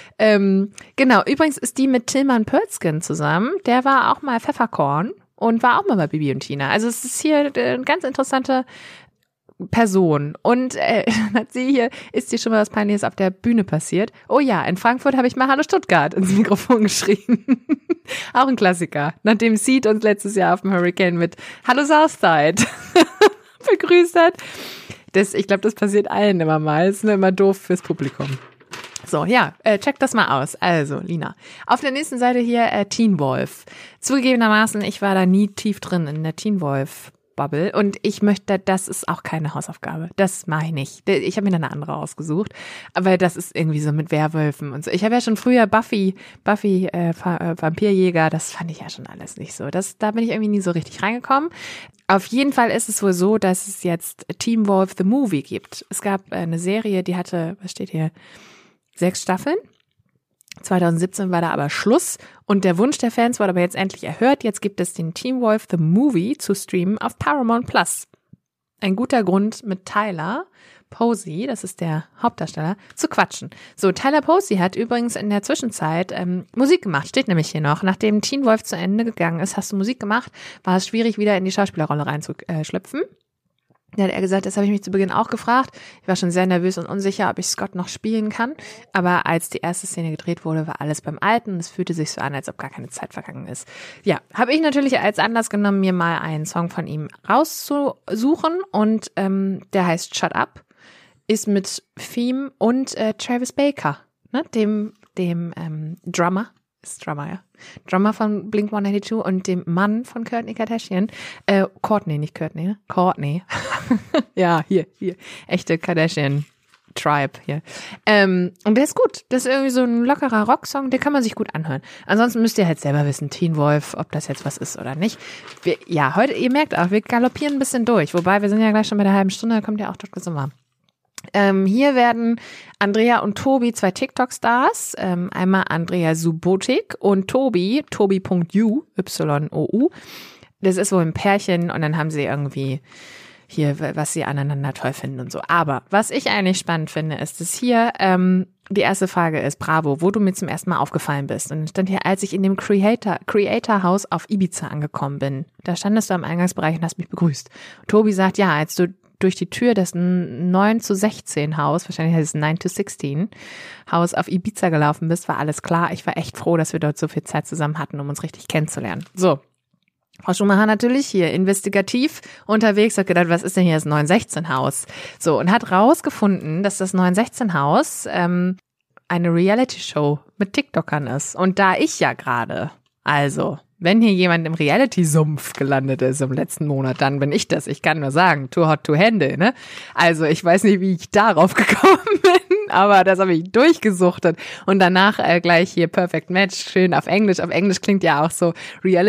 Genau, übrigens ist die mit Tilman Pölzgen zusammen. Der war auch mal Pfefferkorn und war auch mal bei Bibi und Tina. Also es ist hier eine ganz interessante Person. Und hat sie hier, ist dir schon mal was Peinliches auf der Bühne passiert? Oh ja, in Frankfurt habe ich mal Hallo Stuttgart ins Mikrofon geschrien. Auch ein Klassiker. Nachdem Seed uns letztes Jahr auf dem Hurricane mit Hallo Southside begrüßt hat. Ich glaube, das passiert allen immer mal. Das ist nur immer doof fürs Publikum. So, ja, check das mal aus. Also, Lina. Auf der nächsten Seite hier Teen Wolf. Zugegebenermaßen, ich war da nie tief drin in der Teen Wolf-Bubble und ich möchte, das ist auch keine Hausaufgabe. Das mache ich nicht. Ich habe mir da eine andere ausgesucht. Aber das ist irgendwie so mit Werwölfen und so. Ich habe ja schon früher Buffy Vampirjäger, das fand ich ja schon alles nicht so. Da bin ich irgendwie nie so richtig reingekommen. Auf jeden Fall ist es wohl so, dass es jetzt Teen Wolf the Movie gibt. Es gab eine Serie, die hatte, was steht hier, 6 Staffeln. 2017 war da aber Schluss und der Wunsch der Fans wurde aber jetzt endlich erhört. Jetzt gibt es den Teen Wolf the Movie zu streamen auf Paramount Plus. Ein guter Grund, mit Tyler Posey, das ist der Hauptdarsteller, zu quatschen. So, Tyler Posey hat übrigens in der Zwischenzeit Musik gemacht, steht nämlich hier noch. Nachdem Teen Wolf zu Ende gegangen ist, hast du Musik gemacht, war es schwierig, wieder in die Schauspielerrolle reinzuschlüpfen. Da hat er gesagt, das habe ich mich zu Beginn auch gefragt. Ich war schon sehr nervös und unsicher, ob ich Scott noch spielen kann. Aber als die erste Szene gedreht wurde, war alles beim Alten. Es fühlte sich so an, als ob gar keine Zeit vergangen ist. Ja, habe ich natürlich als Anlass genommen, mir mal einen Song von ihm rauszusuchen. Und der heißt Shut Up, ist mit Theme und Travis Baker, ne? dem Drummer. Ist Drummer, ja. Drummer von Blink-182 und dem Mann von Kourtney Kardashian. Kourtney, nicht Kourtney, ne? Kourtney. Ja, hier. Echte Kardashian-Tribe hier. Und der ist gut. Das ist irgendwie so ein lockerer Rocksong, den kann man sich gut anhören. Ansonsten müsst ihr halt selber wissen, Teen Wolf, ob das jetzt was ist oder nicht. Heute, ihr merkt auch, wir galoppieren ein bisschen durch. Wobei, wir sind ja gleich schon bei der halben Stunde, da kommt ja auch Dr. Sommer. Hier werden Andrea und Tobi, 2 TikTok-Stars, einmal Andrea Subotic und Tobi.u, Y-O-U. Das ist wohl ein Pärchen und dann haben sie irgendwie hier, was sie aneinander toll finden und so. Aber was ich eigentlich spannend finde, ist, dass hier die erste Frage ist, Bravo, wo du mir zum ersten Mal aufgefallen bist. Und dann stand hier, als ich in dem Creator-Haus auf Ibiza angekommen bin. Da standest du am Eingangsbereich und hast mich begrüßt. Tobi sagt, ja, als du durch die Tür des 9-16 Haus, wahrscheinlich heißt es 9-16 Haus auf Ibiza gelaufen bist, war alles klar. Ich war echt froh, dass wir dort so viel Zeit zusammen hatten, um uns richtig kennenzulernen. So. Frau Schumacher natürlich hier investigativ unterwegs, hat gedacht, was ist denn hier das 9-16 Haus? So, und hat rausgefunden, dass das 9-16 Haus eine Reality-Show mit TikTokern ist. Und da ich ja gerade, also wenn hier jemand im Reality-Sumpf gelandet ist im letzten Monat, dann bin ich das. Ich kann nur sagen, too hot to handle, ne? Also ich weiß nicht, wie ich darauf gekommen bin, aber das habe ich durchgesuchtet. Und danach gleich hier Perfect Match, schön auf Englisch. Auf Englisch klingt ja auch so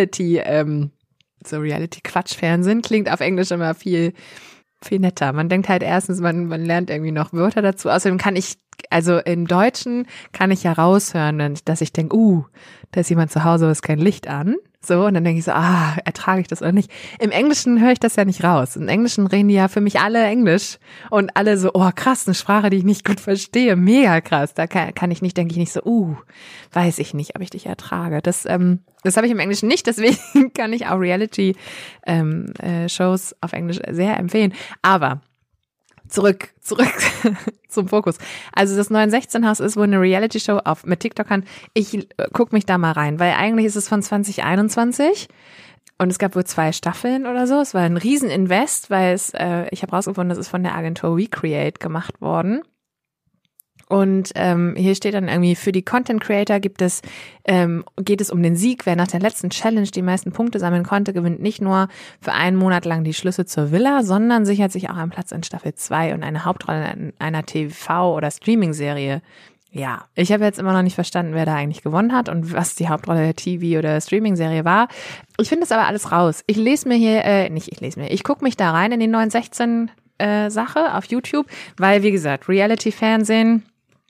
Reality-Quatsch-Fernsehen klingt auf Englisch immer viel netter. Man denkt halt erstens, man lernt irgendwie noch Wörter dazu. Außerdem also im Deutschen kann ich ja raushören, dass ich denke, da ist jemand zu Hause, aber ist kein Licht an. So, und dann denke ich so, ertrage ich das oder nicht? Im Englischen höre ich das ja nicht raus. Im Englischen reden die ja für mich alle Englisch und alle so, krass, eine Sprache, die ich nicht gut verstehe, mega krass. Da denke ich nicht so, weiß ich nicht, ob ich dich ertrage. Das habe ich im Englischen nicht, deswegen kann ich auch Reality-Shows auf Englisch sehr empfehlen. Aber zurück zum Fokus. Also das 9-16 Haus ist wohl eine Reality-Show mit TikTokern. Ich gucke mich da mal rein, weil eigentlich ist es von 2021 und es gab wohl 2 Staffeln oder so. Es war ein Rieseninvest, weil ich habe rausgefunden, das ist von der Agentur Recreate gemacht worden. Und hier steht dann irgendwie, für die Content Creator geht es um den Sieg. Wer nach der letzten Challenge die meisten Punkte sammeln konnte, gewinnt nicht nur für einen Monat lang die Schlüssel zur Villa, sondern sichert sich auch einen Platz in Staffel 2 und eine Hauptrolle in einer TV- oder Streaming-Serie. Ja, ich habe jetzt immer noch nicht verstanden, wer da eigentlich gewonnen hat und was die Hauptrolle der TV- oder Streaming-Serie war. Ich finde das aber alles raus. Ich gucke mich da rein in die 9-16 Sache auf YouTube, weil, wie gesagt, Reality-Fernsehen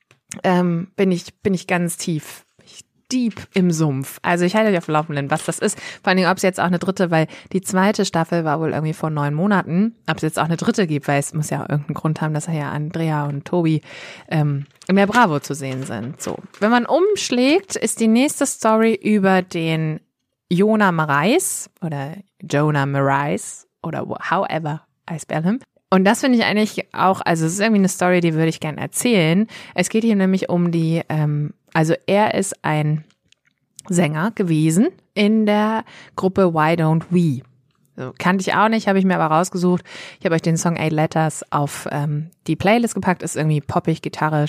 bin ich ganz tief deep im Sumpf. Also ich halte euch auf dem Laufenden, was das ist. Vor allen Dingen, ob es jetzt auch eine dritte, weil die 2. Staffel war wohl irgendwie vor 9 Monaten, ob es jetzt auch eine dritte gibt, weil es muss ja irgendeinen Grund haben, dass ja Andrea und Tobi in der Bravo zu sehen sind. So, wenn man umschlägt, ist die nächste Story über den Jonah Marais oder Jonah Marais oder however I spell him. Und das finde ich eigentlich auch, also es ist irgendwie eine Story, die würde ich gerne erzählen. Es geht hier nämlich um also er ist ein Sänger gewesen in der Gruppe Why Don't We. So, kannte ich auch nicht, habe ich mir aber rausgesucht. Ich habe euch den Song 8 Letters auf die Playlist gepackt, ist irgendwie poppig, Gitarre,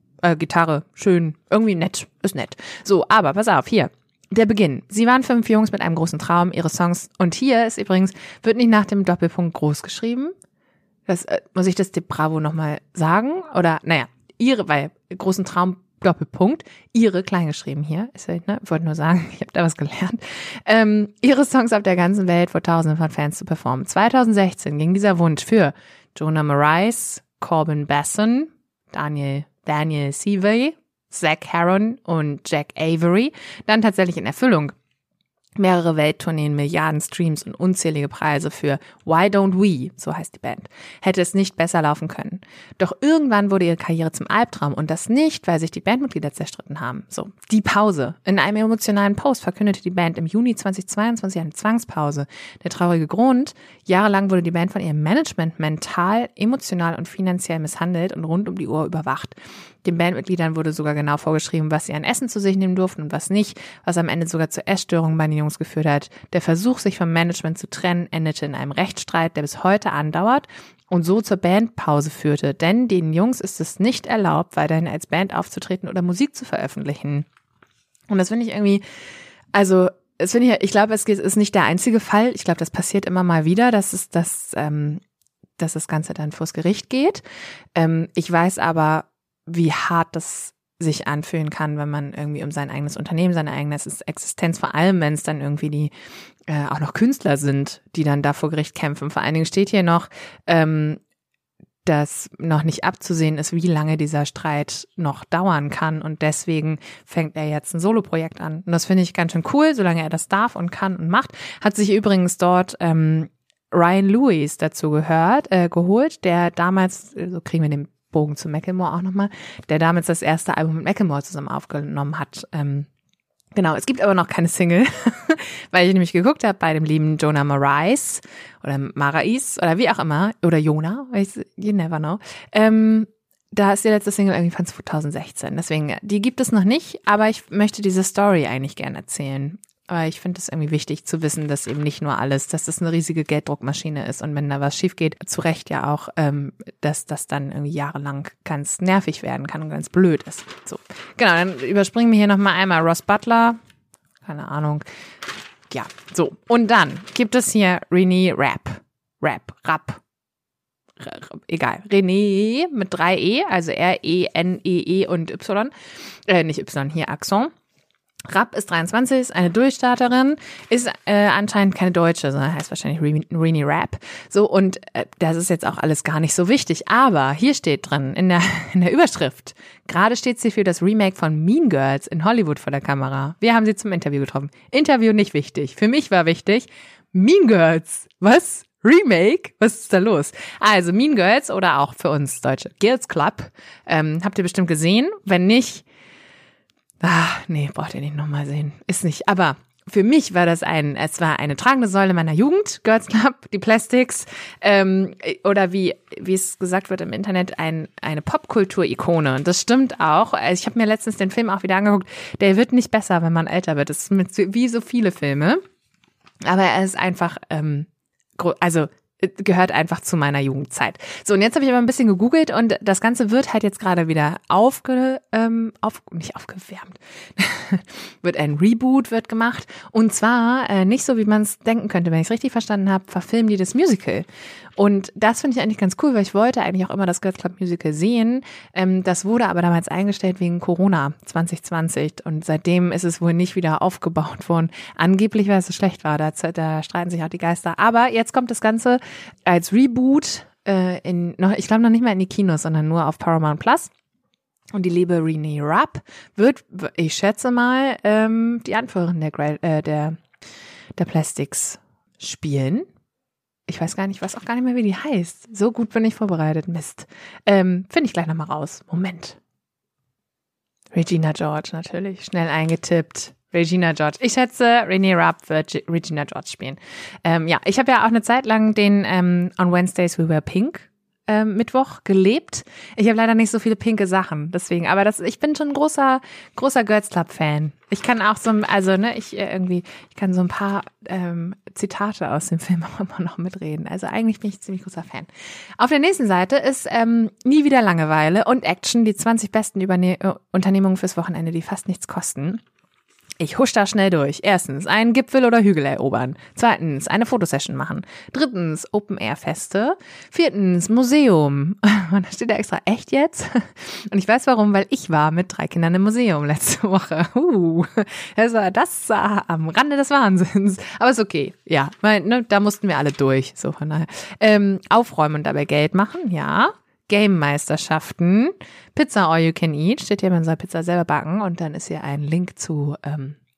schön, irgendwie nett, ist nett. So, aber pass auf, hier. Der Beginn. Sie waren 5 Jungs mit einem großen Traum, ihre Songs. Und hier ist übrigens, wird nicht nach dem Doppelpunkt groß geschrieben. Das, muss ich das der Bravo nochmal sagen? Oder, weil großen Traum, Doppelpunkt, ihre klein geschrieben hier. Ich wollte nur sagen, ich habe da was gelernt. Ihre Songs auf der ganzen Welt vor Tausenden von Fans zu performen. 2016 ging dieser Wunsch für Jonah Marais, Corbin Basson, Daniel Seavey, Zach Heron und Jack Avery dann tatsächlich in Erfüllung. Mehrere Welttourneen, Milliarden Streams und unzählige Preise für Why Don't We, so heißt die Band, hätte es nicht besser laufen können. Doch irgendwann wurde ihre Karriere zum Albtraum und das nicht, weil sich die Bandmitglieder zerstritten haben. So, die Pause. In einem emotionalen Post verkündete die Band im Juni 2022 eine Zwangspause. Der traurige Grund: Jahrelang wurde die Band von ihrem Management mental, emotional und finanziell misshandelt und rund um die Uhr überwacht. Den Bandmitgliedern wurde sogar genau vorgeschrieben, was sie an Essen zu sich nehmen durften und was nicht, was am Ende sogar zu Essstörungen bei den Jungs geführt hat. Der Versuch, sich vom Management zu trennen, endete in einem Rechtsstreit, der bis heute andauert und so zur Bandpause führte. Denn den Jungs ist es nicht erlaubt, weiterhin als Band aufzutreten oder Musik zu veröffentlichen. Und das finde ich irgendwie, also das finde ich, ich glaube, es ist nicht der einzige Fall. Ich glaube, das passiert immer mal wieder, dass das Ganze dann vors Gericht geht. Ich weiß aber, wie hart das sich anfühlen kann, wenn man irgendwie um sein eigenes Unternehmen, seine eigene Existenz, vor allem wenn es dann irgendwie die auch noch Künstler sind, die dann da vor Gericht kämpfen. Vor allen Dingen steht hier noch, dass noch nicht abzusehen ist, wie lange dieser Streit noch dauern kann und deswegen fängt er jetzt ein Soloprojekt an. Und das finde ich ganz schön cool, solange er das darf und kann und macht. Hat sich übrigens dort Ryan Lewis dazu geholt, der damals, so kriegen wir den Bogen zu Macklemore auch nochmal, der damals das erste Album mit Macklemore zusammen aufgenommen hat. Genau, es gibt aber noch keine Single, weil ich nämlich geguckt habe bei dem lieben Jonah Marais oder Marais oder wie auch immer, oder Jonah, you never know. Da ist die letzte Single irgendwie von 2016, deswegen, die gibt es noch nicht, aber ich möchte diese Story eigentlich gerne erzählen. Aber ich finde es irgendwie wichtig zu wissen, dass eben nicht nur alles, dass das eine riesige Gelddruckmaschine ist und wenn da was schief geht, zu Recht ja auch, dass das dann irgendwie jahrelang ganz nervig werden kann und ganz blöd ist. So, genau, dann überspringen wir hier nochmal einmal Ross Butler, keine Ahnung, ja, so. Und dann gibt es hier René Rapp, egal, René mit 3 E, also R-E-N-E-E und Y, nicht Y, hier Akzent. Rapp ist 23, ist eine Durchstarterin, ist anscheinend keine Deutsche, sondern heißt wahrscheinlich René Rapp. So, und das ist jetzt auch alles gar nicht so wichtig. Aber hier steht drin in der Überschrift, gerade steht sie für das Remake von Mean Girls in Hollywood vor der Kamera. Wir haben sie zum Interview getroffen. Interview nicht wichtig. Für mich war wichtig, Mean Girls. Was? Remake? Was ist da los? Also Mean Girls oder auch für uns Deutsche Girls Club. Habt ihr bestimmt gesehen? Wenn nicht, nee, braucht ihr nicht nochmal sehen. Ist nicht, aber für mich war es war eine tragende Säule meiner Jugend, Girls Club, die Plastics, oder wie es gesagt wird im Internet, eine Popkultur-Ikone. Und das stimmt auch. Also ich habe mir letztens den Film auch wieder angeguckt. Der wird nicht besser, wenn man älter wird. Das ist wie so viele Filme. Aber er ist einfach, gehört einfach zu meiner Jugendzeit. So, und jetzt habe ich aber ein bisschen gegoogelt und das Ganze wird halt jetzt gerade wieder nicht aufgewärmt. Wird ein Reboot gemacht und zwar nicht so, wie man es denken könnte, wenn ich es richtig verstanden habe, verfilmen die das Musical. Und das finde ich eigentlich ganz cool, weil ich wollte eigentlich auch immer das Girls Club Musical sehen. Das wurde aber damals eingestellt wegen Corona 2020 und seitdem ist es wohl nicht wieder aufgebaut worden. Angeblich, weil es so schlecht war, da streiten sich auch die Geister. Aber jetzt kommt das Ganze als Reboot ich glaube noch nicht mal in die Kinos, sondern nur auf Paramount Plus. Und die liebe René Rapp wird, ich schätze mal, die Anführerin der Plastics spielen. Ich weiß auch gar nicht mehr, wie die heißt. So gut bin ich vorbereitet. Mist. Finde ich gleich nochmal raus. Moment. Regina George natürlich. Schnell eingetippt. Regina George. Ich schätze, René Rapp wird Regina George spielen. Ich habe ja auch eine Zeit lang den On Wednesdays We Wear Pink Mittwoch gelebt. Ich habe leider nicht so viele pinke Sachen, deswegen. Aber ich bin schon ein großer Girls Club Fan. Ich kann auch ich kann so ein paar Zitate aus dem Film auch immer noch mitreden. Also eigentlich bin ich ein ziemlich großer Fan. Auf der nächsten Seite ist Nie wieder Langeweile und Action, die 20 besten Unternehmungen fürs Wochenende, die fast nichts kosten. Ich husch da schnell durch. Erstens, einen Gipfel oder Hügel erobern. Zweitens, eine Fotosession machen. Drittens, Open-Air-Feste. Viertens, Museum. Und da steht da extra, echt jetzt? Und ich weiß warum, weil ich war mit 3 Kindern im Museum letzte Woche. Das war am Rande des Wahnsinns. Aber ist okay. Ja, weil, da mussten wir alle durch. So von daher. Aufräumen und dabei Geld machen, ja. Game-Meisterschaften, Pizza All You Can Eat, steht hier, man soll Pizza selber backen und dann ist hier ein Link zu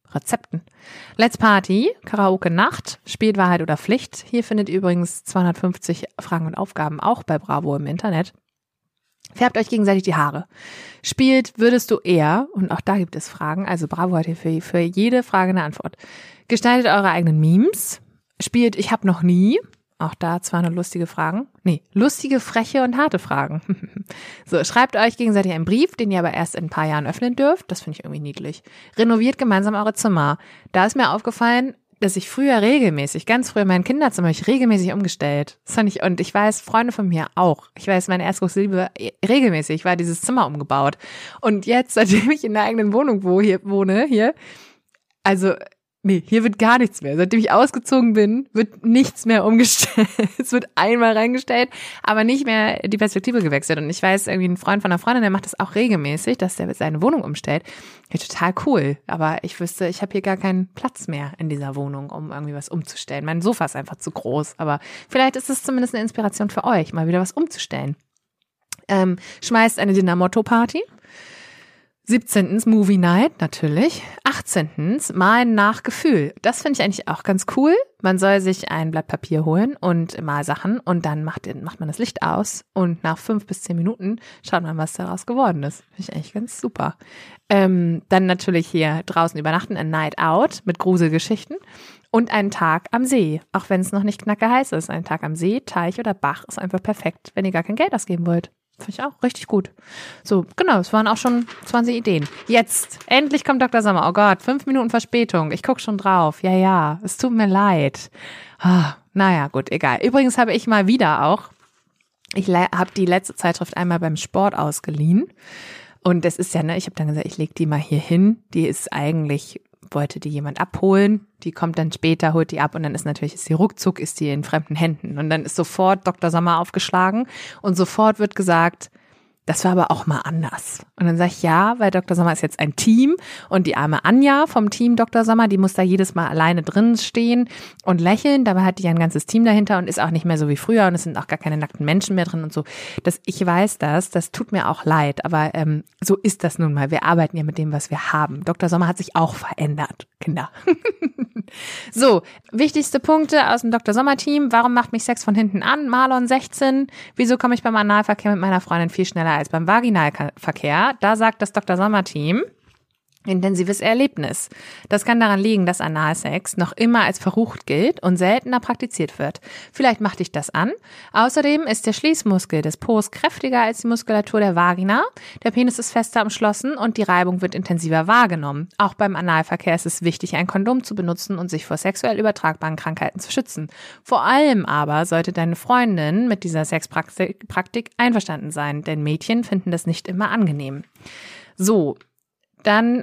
Rezepten. Let's Party, Karaoke Nacht, Spät Wahrheit oder Pflicht. Hier findet ihr übrigens 250 Fragen und Aufgaben auch bei Bravo im Internet. Färbt euch gegenseitig die Haare. Spielt würdest du eher, und auch da gibt es Fragen, also Bravo hat hier für jede Frage eine Antwort. Gestaltet eure eigenen Memes. Spielt Ich hab noch nie. Auch da 200 lustige Fragen. Nee, lustige, freche und harte Fragen. So, schreibt euch gegenseitig einen Brief, den ihr aber erst in ein paar Jahren öffnen dürft. Das finde ich irgendwie niedlich. Renoviert gemeinsam eure Zimmer. Da ist mir aufgefallen, dass ich früher ganz früher mein Kinderzimmer habe ich regelmäßig umgestellt. Das fand ich, und ich weiß, Freunde von mir auch. Ich weiß, meine erste große Liebe, regelmäßig war dieses Zimmer umgebaut. Und jetzt, seitdem ich in der eigenen Wohnung wohne, also nee, hier wird gar nichts mehr. Seitdem ich ausgezogen bin, wird nichts mehr umgestellt. Es wird einmal reingestellt, aber nicht mehr die Perspektive gewechselt. Und ich weiß, irgendwie ein Freund von einer Freundin, der macht das auch regelmäßig, dass der seine Wohnung umstellt. Ja, total cool. Aber ich wüsste, ich habe hier gar keinen Platz mehr in dieser Wohnung, um irgendwie was umzustellen. Mein Sofa ist einfach zu groß. Aber vielleicht ist es zumindest eine Inspiration für euch, mal wieder was umzustellen. Schmeißt eine Dinner-Motto-Party. 17. Movie Night, natürlich. 18. Malen nach Gefühl. Das finde ich eigentlich auch ganz cool. Man soll sich ein Blatt Papier holen und Malsachen und dann macht man das Licht aus und nach 5 bis 10 Minuten schaut man, was daraus geworden ist. Finde ich eigentlich ganz super. Dann natürlich hier draußen übernachten, a Night Out mit Gruselgeschichten und einen Tag am See, auch wenn es noch nicht knacke heiß ist. Ein Tag am See, Teich oder Bach ist einfach perfekt, wenn ihr gar kein Geld ausgeben wollt. Finde ich auch richtig gut. So, genau, es waren auch schon 20 Ideen. Jetzt, endlich kommt Dr. Sommer. Oh Gott, 5 Minuten Verspätung. Ich gucke schon drauf. Ja, es tut mir leid. Naja, gut, egal. Übrigens habe ich mal wieder auch, ich habe die letzte Zeitschrift einmal beim Sport ausgeliehen. Und das ist ja, ich habe dann gesagt, ich lege die mal hier hin. Die ist eigentlich, wollte die jemand abholen. Die kommt dann später, holt die ab und dann ist die ruckzuck ist die in fremden Händen. Und dann ist sofort Dr. Sommer aufgeschlagen und sofort wird gesagt, das war aber auch mal anders. Und dann sage ich, ja, weil Dr. Sommer ist jetzt ein Team und die arme Anja vom Team Dr. Sommer, die muss da jedes Mal alleine drin stehen und lächeln. Dabei hat die ja ein ganzes Team dahinter und ist auch nicht mehr so wie früher und es sind auch gar keine nackten Menschen mehr drin und so. Ich weiß das tut mir auch leid, aber so ist das nun mal. Wir arbeiten ja mit dem, was wir haben. Dr. Sommer hat sich auch verändert, Kinder. So, wichtigste Punkte aus dem Dr. Sommer-Team. Warum macht mich Sex von hinten an? Marlon 16. Wieso komme ich beim Analverkehr mit meiner Freundin viel schneller als beim Vaginalverkehr? Da sagt das Dr. Sommer-Team, intensives Erlebnis. Das kann daran liegen, dass Analsex noch immer als verrucht gilt und seltener praktiziert wird. Vielleicht macht dich das an. Außerdem ist der Schließmuskel des Po's kräftiger als die Muskulatur der Vagina. Der Penis ist fester umschlossen und die Reibung wird intensiver wahrgenommen. Auch beim Analverkehr ist es wichtig, ein Kondom zu benutzen und sich vor sexuell übertragbaren Krankheiten zu schützen. Vor allem aber sollte deine Freundin mit dieser Sexpraktik einverstanden sein, denn Mädchen finden das nicht immer angenehm. So, dann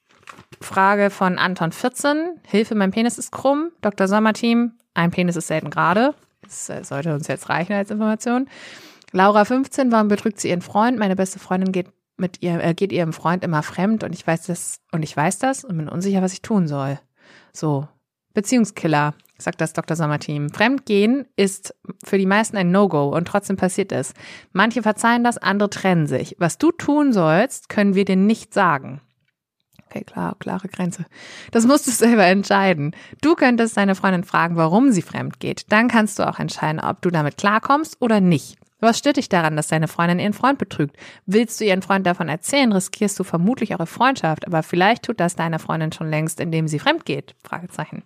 Frage von Anton 14. Hilfe, mein Penis ist krumm. Dr. Sommer-Team, ein Penis ist selten gerade. Das sollte uns jetzt reichen als Information. Laura 15, warum betrügt sie ihren Freund? Meine beste Freundin geht ihrem Freund immer fremd und ich weiß das und bin unsicher, was ich tun soll. So, Beziehungskiller, sagt das Dr. Sommer-Team. Fremdgehen ist für die meisten ein No-Go und trotzdem passiert es. Manche verzeihen das, andere trennen sich. Was du tun sollst, können wir dir nicht sagen. Okay, klare Grenze. Das musst du selber entscheiden. Du könntest deine Freundin fragen, warum sie fremd geht. Dann kannst du auch entscheiden, ob du damit klarkommst oder nicht. Was stört dich daran, dass deine Freundin ihren Freund betrügt? Willst du ihren Freund davon erzählen, riskierst du vermutlich eure Freundschaft, aber vielleicht tut das deine Freundin schon längst, indem sie fremd geht? Fragezeichen.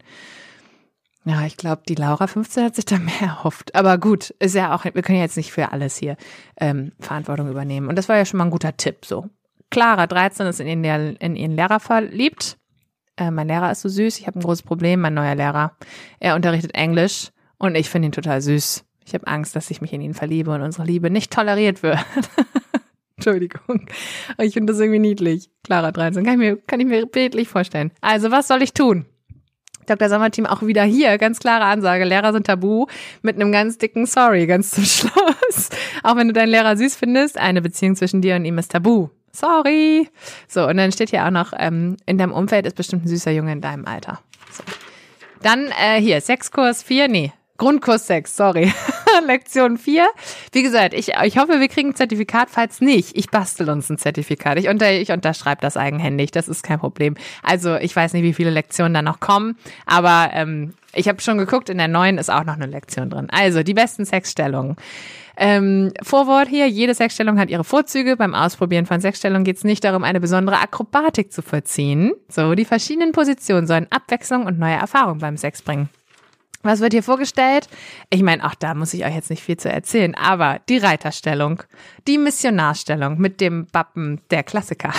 Ja, ich glaube, die Laura 15 hat sich da mehr erhofft. Aber gut, ist ja auch, wir können ja jetzt nicht für alles hier Verantwortung übernehmen. Und das war ja schon mal ein guter Tipp, so. Clara, 13, ist in ihren Lehrer verliebt. Mein Lehrer ist so süß. Ich habe ein großes Problem, mein neuer Lehrer. Er unterrichtet Englisch und ich finde ihn total süß. Ich habe Angst, dass ich mich in ihn verliebe und unsere Liebe nicht toleriert wird. Entschuldigung. Ich finde das irgendwie niedlich. Clara, 13, kann ich mir bildlich vorstellen. Also, was soll ich tun? Dr. Sommer-Team auch wieder hier, ganz klare Ansage, Lehrer sind tabu, mit einem ganz dicken Sorry, ganz zum Schluss. Auch wenn du deinen Lehrer süß findest, eine Beziehung zwischen dir und ihm ist tabu. Sorry. So, und dann steht hier auch noch, in deinem Umfeld ist bestimmt ein süßer Junge in deinem Alter. So. Dann hier, Grundkurs 6, sorry. Lektion 4. Wie gesagt, ich hoffe, wir kriegen ein Zertifikat. Falls nicht, ich bastel uns ein Zertifikat. Ich unterschreibe das eigenhändig. Das ist kein Problem. Also ich weiß nicht, wie viele Lektionen da noch kommen, aber ich habe schon geguckt, in der 9 ist auch noch eine Lektion drin. Also die besten Sexstellungen. Vorwort hier, jede Sexstellung hat ihre Vorzüge. Beim Ausprobieren von Sexstellungen geht es nicht darum, eine besondere Akrobatik zu vollziehen. So, die verschiedenen Positionen sollen Abwechslung und neue Erfahrungen beim Sex bringen. Was wird hier vorgestellt? Ich meine, auch da muss ich euch jetzt nicht viel zu erzählen, aber die Reiterstellung, die Missionarstellung mit dem Wappen der Klassiker,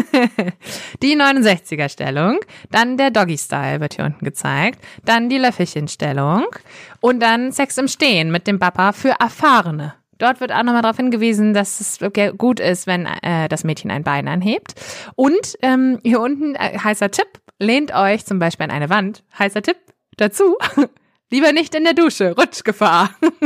die 69er-Stellung, dann der Doggy-Style wird hier unten gezeigt, dann die Löffelchen-Stellung und dann Sex im Stehen mit dem Bappa für Erfahrene. Dort wird auch nochmal darauf hingewiesen, dass es gut ist, wenn das Mädchen ein Bein anhebt. Und hier unten, heißer Tipp, lehnt euch zum Beispiel an eine Wand, heißer Tipp dazu, lieber nicht in der Dusche, Rutschgefahr.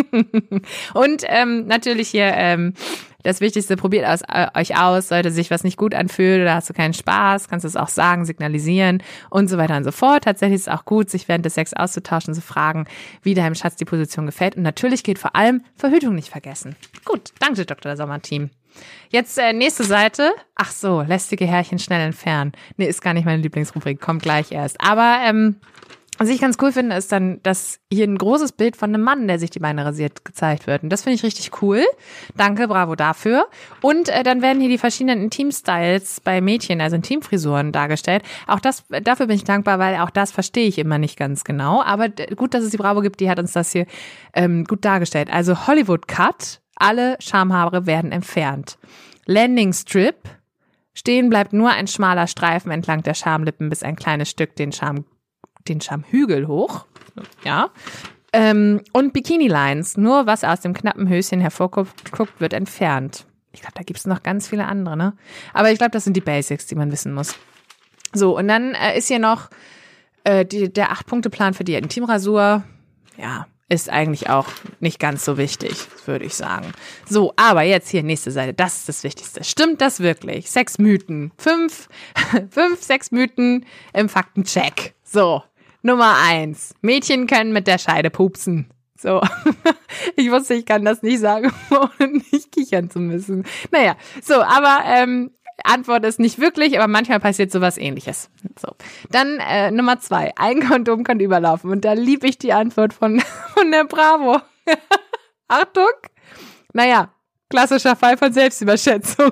Und natürlich hier das Wichtigste, probiert euch aus, sollte sich was nicht gut anfühlen oder hast du keinen Spaß, kannst du es auch sagen, signalisieren und so weiter und so fort. Tatsächlich ist es auch gut, sich während des Sex auszutauschen, zu fragen, wie deinem Schatz die Position gefällt. Und natürlich geht vor allem Verhütung nicht vergessen. Gut, danke Dr. Sommer-Team. Jetzt nächste Seite. Ach so, lästige Härchen schnell entfernen. Nee, ist gar nicht meine Lieblingsrubrik, kommt gleich erst. Aber was ich ganz cool finde, ist dann, dass hier ein großes Bild von einem Mann, der sich die Beine rasiert, gezeigt wird. Und das finde ich richtig cool. Danke, bravo dafür. Und dann werden hier die verschiedenen Intim-Styles bei Mädchen, also Intimfrisuren, dargestellt. Auch dafür bin ich dankbar, weil auch das verstehe ich immer nicht ganz genau. Aber gut, dass es die Bravo gibt, die hat uns das hier gut dargestellt. Also Hollywood-Cut, alle Schamhaare werden entfernt. Landing Strip, stehen bleibt nur ein schmaler Streifen entlang der Schamlippen bis ein kleines Stück den Schamhügel hoch, ja. Und Bikini-Lines, nur was aus dem knappen Höschen hervorguckt, wird entfernt. Ich glaube, da gibt es noch ganz viele andere, ne? Aber ich glaube, das sind die Basics, die man wissen muss. So, und dann ist hier noch der 8-Punkte-Plan für die Intimrasur. Ja, ist eigentlich auch nicht ganz so wichtig, würde ich sagen. So, aber jetzt hier nächste Seite, das ist das Wichtigste. Stimmt das wirklich? Sexmythen. 5 Sexmythen im Faktencheck. So, Nummer 1. Mädchen können mit der Scheide pupsen. So, ich wusste, ich kann das nicht sagen, ohne nicht kichern zu müssen. Naja, so, aber Antwort ist nicht wirklich, aber manchmal passiert sowas Ähnliches. So, dann Nummer 2. Ein Kondom kann überlaufen. Und da liebe ich die Antwort von der Bravo. Achtung. Naja, klassischer Fall von Selbstüberschätzung.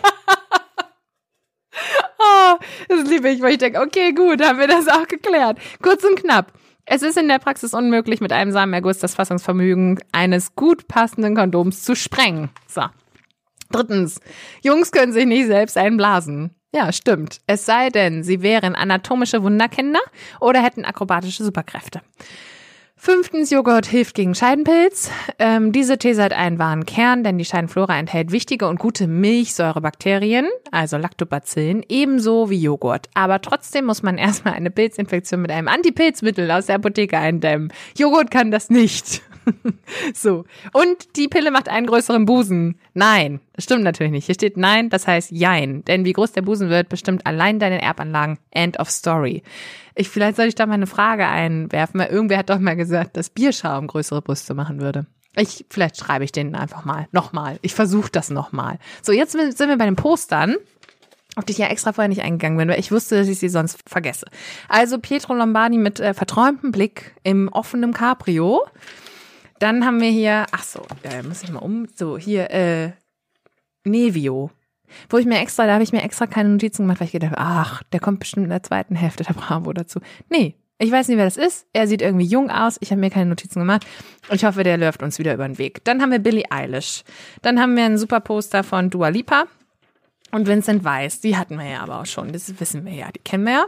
Oh, das liebe ich, weil ich denke, okay, gut, haben wir das auch geklärt. Kurz und knapp. Es ist in der Praxis unmöglich, mit einem Samenerguss das Fassungsvermögen eines gut passenden Kondoms zu sprengen. So. 3. Jungs können sich nicht selbst einblasen. Ja, stimmt. Es sei denn, sie wären anatomische Wunderkinder oder hätten akrobatische Superkräfte. 5. Joghurt hilft gegen Scheidenpilz. Diese These hat einen wahren Kern, denn die Scheidenflora enthält wichtige und gute Milchsäurebakterien, also Lactobacillen, ebenso wie Joghurt. Aber trotzdem muss man erstmal eine Pilzinfektion mit einem Antipilzmittel aus der Apotheke eindämmen. Joghurt kann das nicht. So. Und die Pille macht einen größeren Busen. Nein, das stimmt natürlich nicht. Hier steht nein, das heißt jein. Denn wie groß der Busen wird, bestimmt allein deine Erbanlagen. End of story. Vielleicht sollte ich da mal eine Frage einwerfen, weil irgendwer hat doch mal gesagt, dass Bierschaum größere Brüste machen würde. Vielleicht schreibe ich denen einfach mal. Nochmal. Ich versuche das nochmal. So, jetzt sind wir bei den Postern, auf die ich ja extra vorher nicht eingegangen bin, weil ich wusste, dass ich sie sonst vergesse. Also Pietro Lombardi mit verträumtem Blick im offenen Cabrio. Dann haben wir hier, muss ich mal hier, Nevio. Da habe ich mir extra keine Notizen gemacht, weil ich gedacht habe, der kommt bestimmt in der zweiten Hälfte der Bravo dazu. Nee, ich weiß nicht, wer das ist. Er sieht irgendwie jung aus. Ich habe mir keine Notizen gemacht. Und ich hoffe, der läuft uns wieder über den Weg. Dann haben wir Billie Eilish. Dann haben wir ein super Poster von Dua Lipa und Vincent Weiss. Die hatten wir ja aber auch schon. Das wissen wir ja. Die kennen wir ja.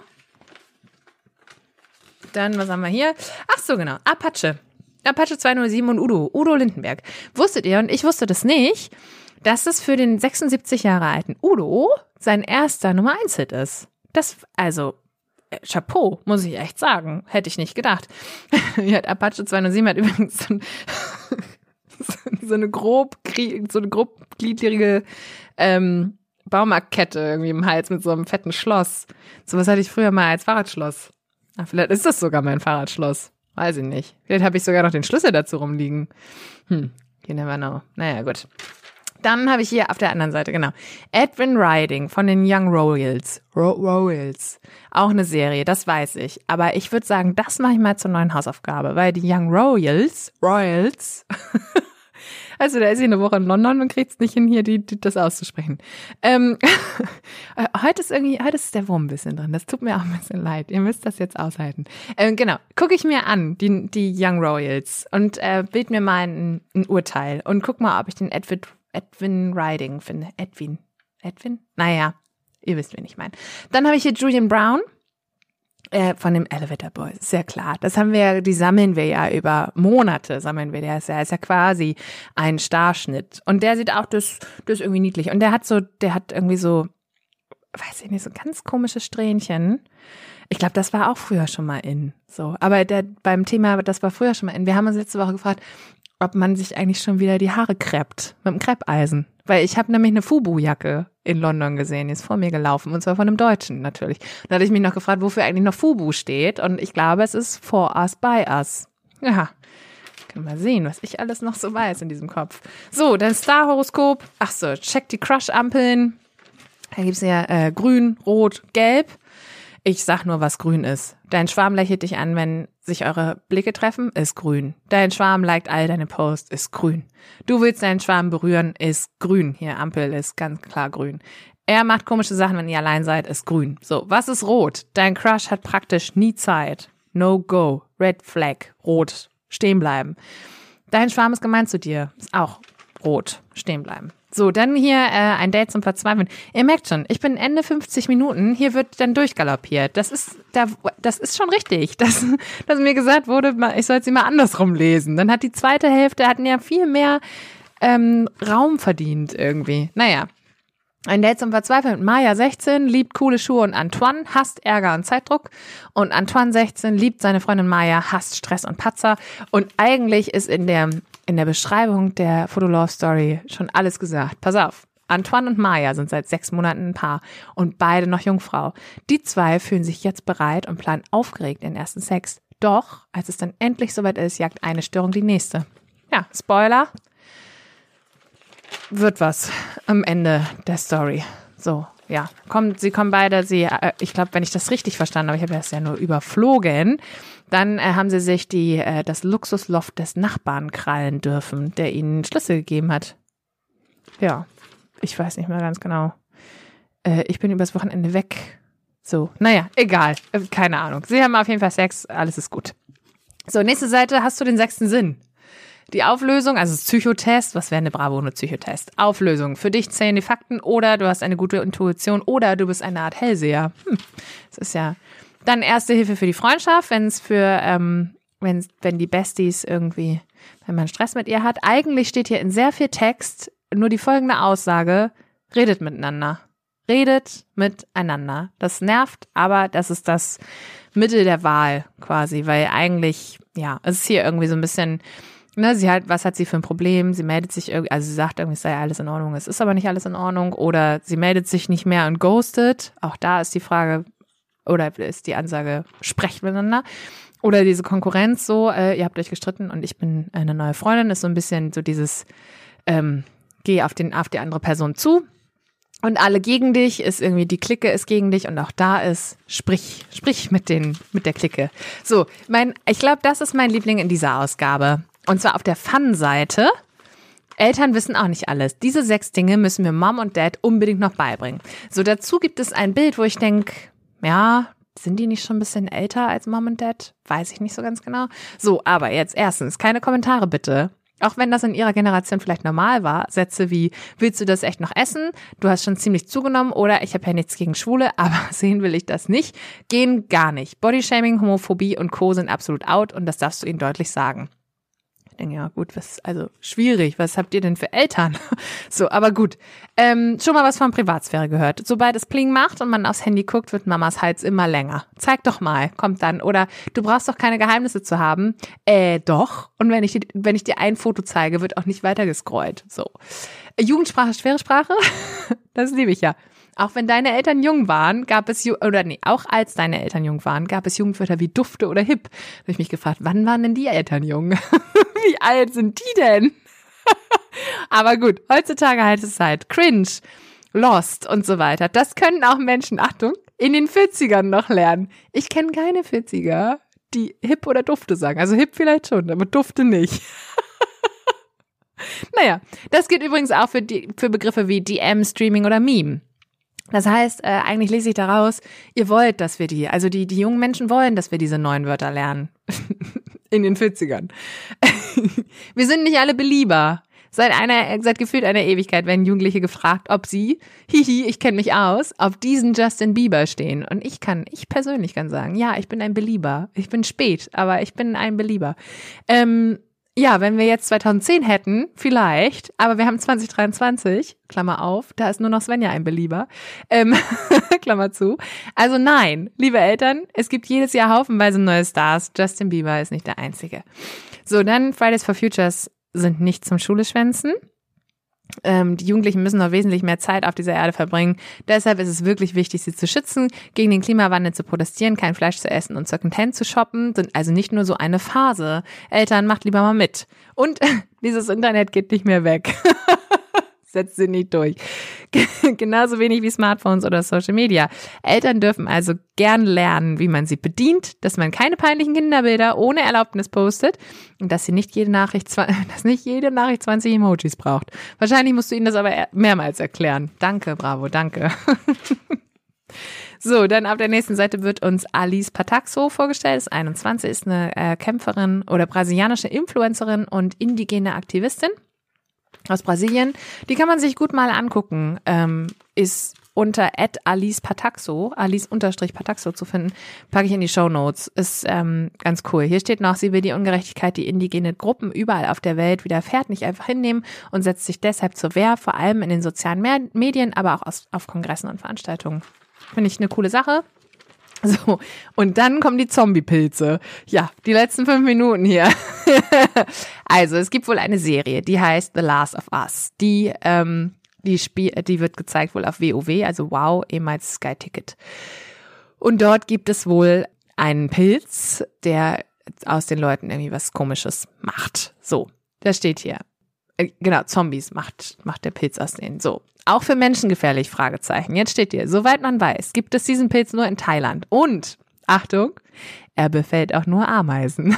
Dann, was haben wir hier? Ach so, genau. Apache 207 und Udo Lindenberg. Wusstet ihr, und ich wusste das nicht, dass es für den 76 Jahre alten Udo sein erster Nummer 1 Hit ist. Chapeau, muss ich echt sagen. Hätte ich nicht gedacht. Apache 207 hat übrigens so eine grobgliedrige Baumarktkette irgendwie im Hals mit so einem fetten Schloss. Sowas hatte ich früher mal als Fahrradschloss. Vielleicht ist das sogar mein Fahrradschloss. Weiß ich nicht. Vielleicht habe ich sogar noch den Schlüssel dazu rumliegen. You never know. Naja, gut. Dann habe ich hier auf der anderen Seite, genau, Edwin Riding von den Young Royals. Royals. Auch eine Serie, das weiß ich. Aber ich würde sagen, das mache ich mal zur neuen Hausaufgabe, weil die Young Royals, also da ist sie eine Woche in London und kriegt es nicht hin, hier das auszusprechen. Heute ist der Wurm ein bisschen drin. Das tut mir auch ein bisschen leid. Ihr müsst das jetzt aushalten. Genau, gucke ich mir an, die Young Royals und bild mir mal ein Urteil und guck mal, ob ich den Edwin Riding finde. Edwin? Naja, ihr wisst, wen ich meine. Dann habe ich hier Julian Brown von dem Elevator Boys. Sehr klar. Die sammeln wir ja über Monate, Der ist ja quasi ein Starschnitt. Und der sieht auch, das ist irgendwie niedlich. Und der hat irgendwie so, weiß ich nicht, so ganz komische Strähnchen. Ich glaube, das war auch früher schon mal in. So. Aber beim Thema, das war früher schon mal in. Wir haben uns letzte Woche gefragt, ob man sich eigentlich schon wieder die Haare kreppt mit dem Kreppeisen. Weil ich habe nämlich eine Fubu-Jacke in London gesehen, die ist vor mir gelaufen und zwar von einem Deutschen natürlich. Da hatte ich mich noch gefragt, wofür eigentlich noch Fubu steht und ich glaube, es ist for us, by us. Ja, können wir mal sehen, was ich alles noch so weiß in diesem Kopf. So, dann Star-Horoskop. Ach so, check die Crush-Ampeln. Da gibt's ja grün, rot, gelb. Ich sag nur, was grün ist. Dein Schwarm lächelt dich an, wenn sich eure Blicke treffen, ist grün. Dein Schwarm liked all deine Posts, ist grün. Du willst deinen Schwarm berühren, ist grün. Hier, Ampel ist ganz klar grün. Er macht komische Sachen, wenn ihr allein seid, ist grün. So, was ist rot? Dein Crush hat praktisch nie Zeit. No go. Red Flag. Rot. Stehen bleiben. Dein Schwarm ist gemein zu dir. Ist auch rot. Stehen bleiben. So, dann hier ein Date zum Verzweifeln. Ihr merkt schon, ich bin Ende 50 Minuten, hier wird dann durchgaloppiert. Das ist schon richtig, dass mir gesagt wurde, ich soll sie mal andersrum lesen. Dann hat die zweite Hälfte, hatten ja viel mehr Raum verdient irgendwie. Naja, ein Date zum Verzweifeln mit Maya 16, liebt coole Schuhe und Antoine, hasst Ärger und Zeitdruck. Und Antoine 16 liebt seine Freundin Maya, hasst Stress und Patzer. Und eigentlich ist in der Beschreibung der Fotolove-Story schon alles gesagt. Pass auf, Antoine und Maya sind seit 6 Monaten ein Paar und beide noch Jungfrau. Die zwei fühlen sich jetzt bereit und planen aufgeregt den ersten Sex. Doch, als es dann endlich soweit ist, jagt eine Störung die nächste. Ja, Spoiler, wird was am Ende der Story. So, ja, sie kommen beide, ich glaube, wenn ich das richtig verstanden habe, ich habe das ja nur überflogen, dann haben sie sich das Luxusloft des Nachbarn krallen dürfen, der ihnen einen Schlüssel gegeben hat. Ja, ich weiß nicht mehr ganz genau. Ich bin übers Wochenende weg. So, naja, egal, keine Ahnung. Sie haben auf jeden Fall Sex, alles ist gut. So, nächste Seite, hast du den 6. Sinn? Die Auflösung, also das Psychotest, was wäre eine Bravo ohne Psychotest? Auflösung, für dich zählen die Fakten oder du hast eine gute Intuition oder du bist eine Art Hellseher. Das ist ja dann Erste Hilfe für die Freundschaft, wenn die Besties irgendwie, wenn man Stress mit ihr hat. Eigentlich steht hier in sehr viel Text nur die folgende Aussage, redet miteinander. Redet miteinander. Das nervt, aber das ist das Mittel der Wahl quasi, weil eigentlich, ja, es ist hier irgendwie so ein bisschen, ne, was hat sie für ein Problem? Sie meldet sich irgendwie, also sie sagt irgendwie, es sei alles in Ordnung, es ist aber nicht alles in Ordnung, oder sie meldet sich nicht mehr und ghostet. Auch da ist die Frage, oder ist die Ansage, sprecht miteinander. Oder diese Konkurrenz so, ihr habt euch gestritten und ich bin eine neue Freundin, ist so ein bisschen so dieses, geh auf die andere Person zu. Und alle gegen dich, ist irgendwie die Clique ist gegen dich und auch da ist, sprich mit der Clique. So, ich glaube, das ist mein Liebling in dieser Ausgabe. Und zwar auf der Fun-Seite. Eltern wissen auch nicht alles. Diese 6 Dinge müssen wir Mom und Dad unbedingt noch beibringen. So, dazu gibt es ein Bild, wo ich denke, ja, sind die nicht schon ein bisschen älter als Mom und Dad? Weiß ich nicht so ganz genau. So, aber jetzt erstens, keine Kommentare bitte. Auch wenn das in ihrer Generation vielleicht normal war, Sätze wie, willst du das echt noch essen? Du hast schon ziemlich zugenommen oder ich habe ja nichts gegen Schwule, aber sehen will ich das nicht. Gehen gar nicht. Bodyshaming, Homophobie und Co. sind absolut out und das darfst du ihnen deutlich sagen. Ich denke, ja gut, schwierig, was habt ihr denn für Eltern? So, aber gut. Schon mal was von Privatsphäre gehört. Sobald es Pling macht und man aufs Handy guckt, wird Mamas Hals immer länger. Zeig doch mal, kommt dann. Oder du brauchst doch keine Geheimnisse zu haben. Doch. Und wenn ich dir ein Foto zeige, wird auch nicht weiter gescrollt. So. Jugendsprache, schwere Sprache? Das liebe ich ja. Auch wenn deine Eltern jung waren, auch als deine Eltern jung waren, gab es Jugendwörter wie Dufte oder Hip. Da habe ich mich gefragt, wann waren denn die Eltern jung? Wie alt sind die denn? Aber gut, heutzutage heißt es halt Cringe, Lost und so weiter. Das können auch Menschen, Achtung, in den 40ern noch lernen. Ich kenne keine 40er, die Hip oder Dufte sagen. Also Hip vielleicht schon, aber Dufte nicht. Naja, das gilt übrigens auch für Begriffe wie DM, Streaming oder Meme. Das heißt, eigentlich lese ich daraus, ihr wollt, dass wir die jungen Menschen wollen, dass wir diese neuen Wörter lernen. In den 40ern. Wir sind nicht alle Belieber. Seit gefühlt einer Ewigkeit werden Jugendliche gefragt, ob sie, ich kenne mich aus, auf diesen Justin Bieber stehen. Und ich persönlich kann sagen, ja, ich bin ein Belieber. Ich bin spät, aber ich bin ein Belieber. Ja, wenn wir jetzt 2010 hätten, vielleicht, aber wir haben 2023, Klammer auf, da ist nur noch Svenja ein Belieber, Klammer zu. Also nein, liebe Eltern, es gibt jedes Jahr haufenweise neue Stars. Justin Bieber ist nicht der einzige. So, dann Fridays for Futures sind nicht zum Schuleschwänzen. Die Jugendlichen müssen noch wesentlich mehr Zeit auf dieser Erde verbringen. Deshalb ist es wirklich wichtig, sie zu schützen, gegen den Klimawandel zu protestieren, kein Fleisch zu essen und Secondhand zu shoppen. Sind also nicht nur so eine Phase. Eltern, macht lieber mal mit. Und dieses Internet geht nicht mehr weg. Setzt sie nicht durch. Genauso wenig wie Smartphones oder Social Media. Eltern dürfen also gern lernen, wie man sie bedient, dass man keine peinlichen Kinderbilder ohne Erlaubnis postet und dass nicht jede Nachricht 20 Emojis braucht. Wahrscheinlich musst du ihnen das aber mehrmals erklären. Danke, bravo, danke. So, dann auf der nächsten Seite wird uns Alice Pataxo vorgestellt. Ist 21, ist eine Kämpferin oder brasilianische Influencerin und indigene Aktivistin aus Brasilien. Die kann man sich gut mal angucken. Ist unter @AlicePataxo, Alice_Pataxo zu finden, packe ich in die Shownotes. Ist ganz cool. Hier steht noch, sie will die Ungerechtigkeit, die indigene Gruppen überall auf der Welt widerfährt, nicht einfach hinnehmen und setzt sich deshalb zur Wehr, vor allem in den sozialen Medien, aber auch auf Kongressen und Veranstaltungen. Finde ich eine coole Sache. So, und dann kommen die Zombie-Pilze. Ja, die letzten 5 Minuten hier. Also, es gibt wohl eine Serie, die heißt The Last of Us. Die wird gezeigt wohl auf WoW, also WoW, ehemals Sky Ticket. Und dort gibt es wohl einen Pilz, der aus den Leuten irgendwie was Komisches macht. So, das steht hier. Genau, Zombies macht der Pilz aus denen. So. Auch für Menschen gefährlich, Fragezeichen. Jetzt steht hier, soweit man weiß, gibt es diesen Pilz nur in Thailand. Und, Achtung, er befällt auch nur Ameisen.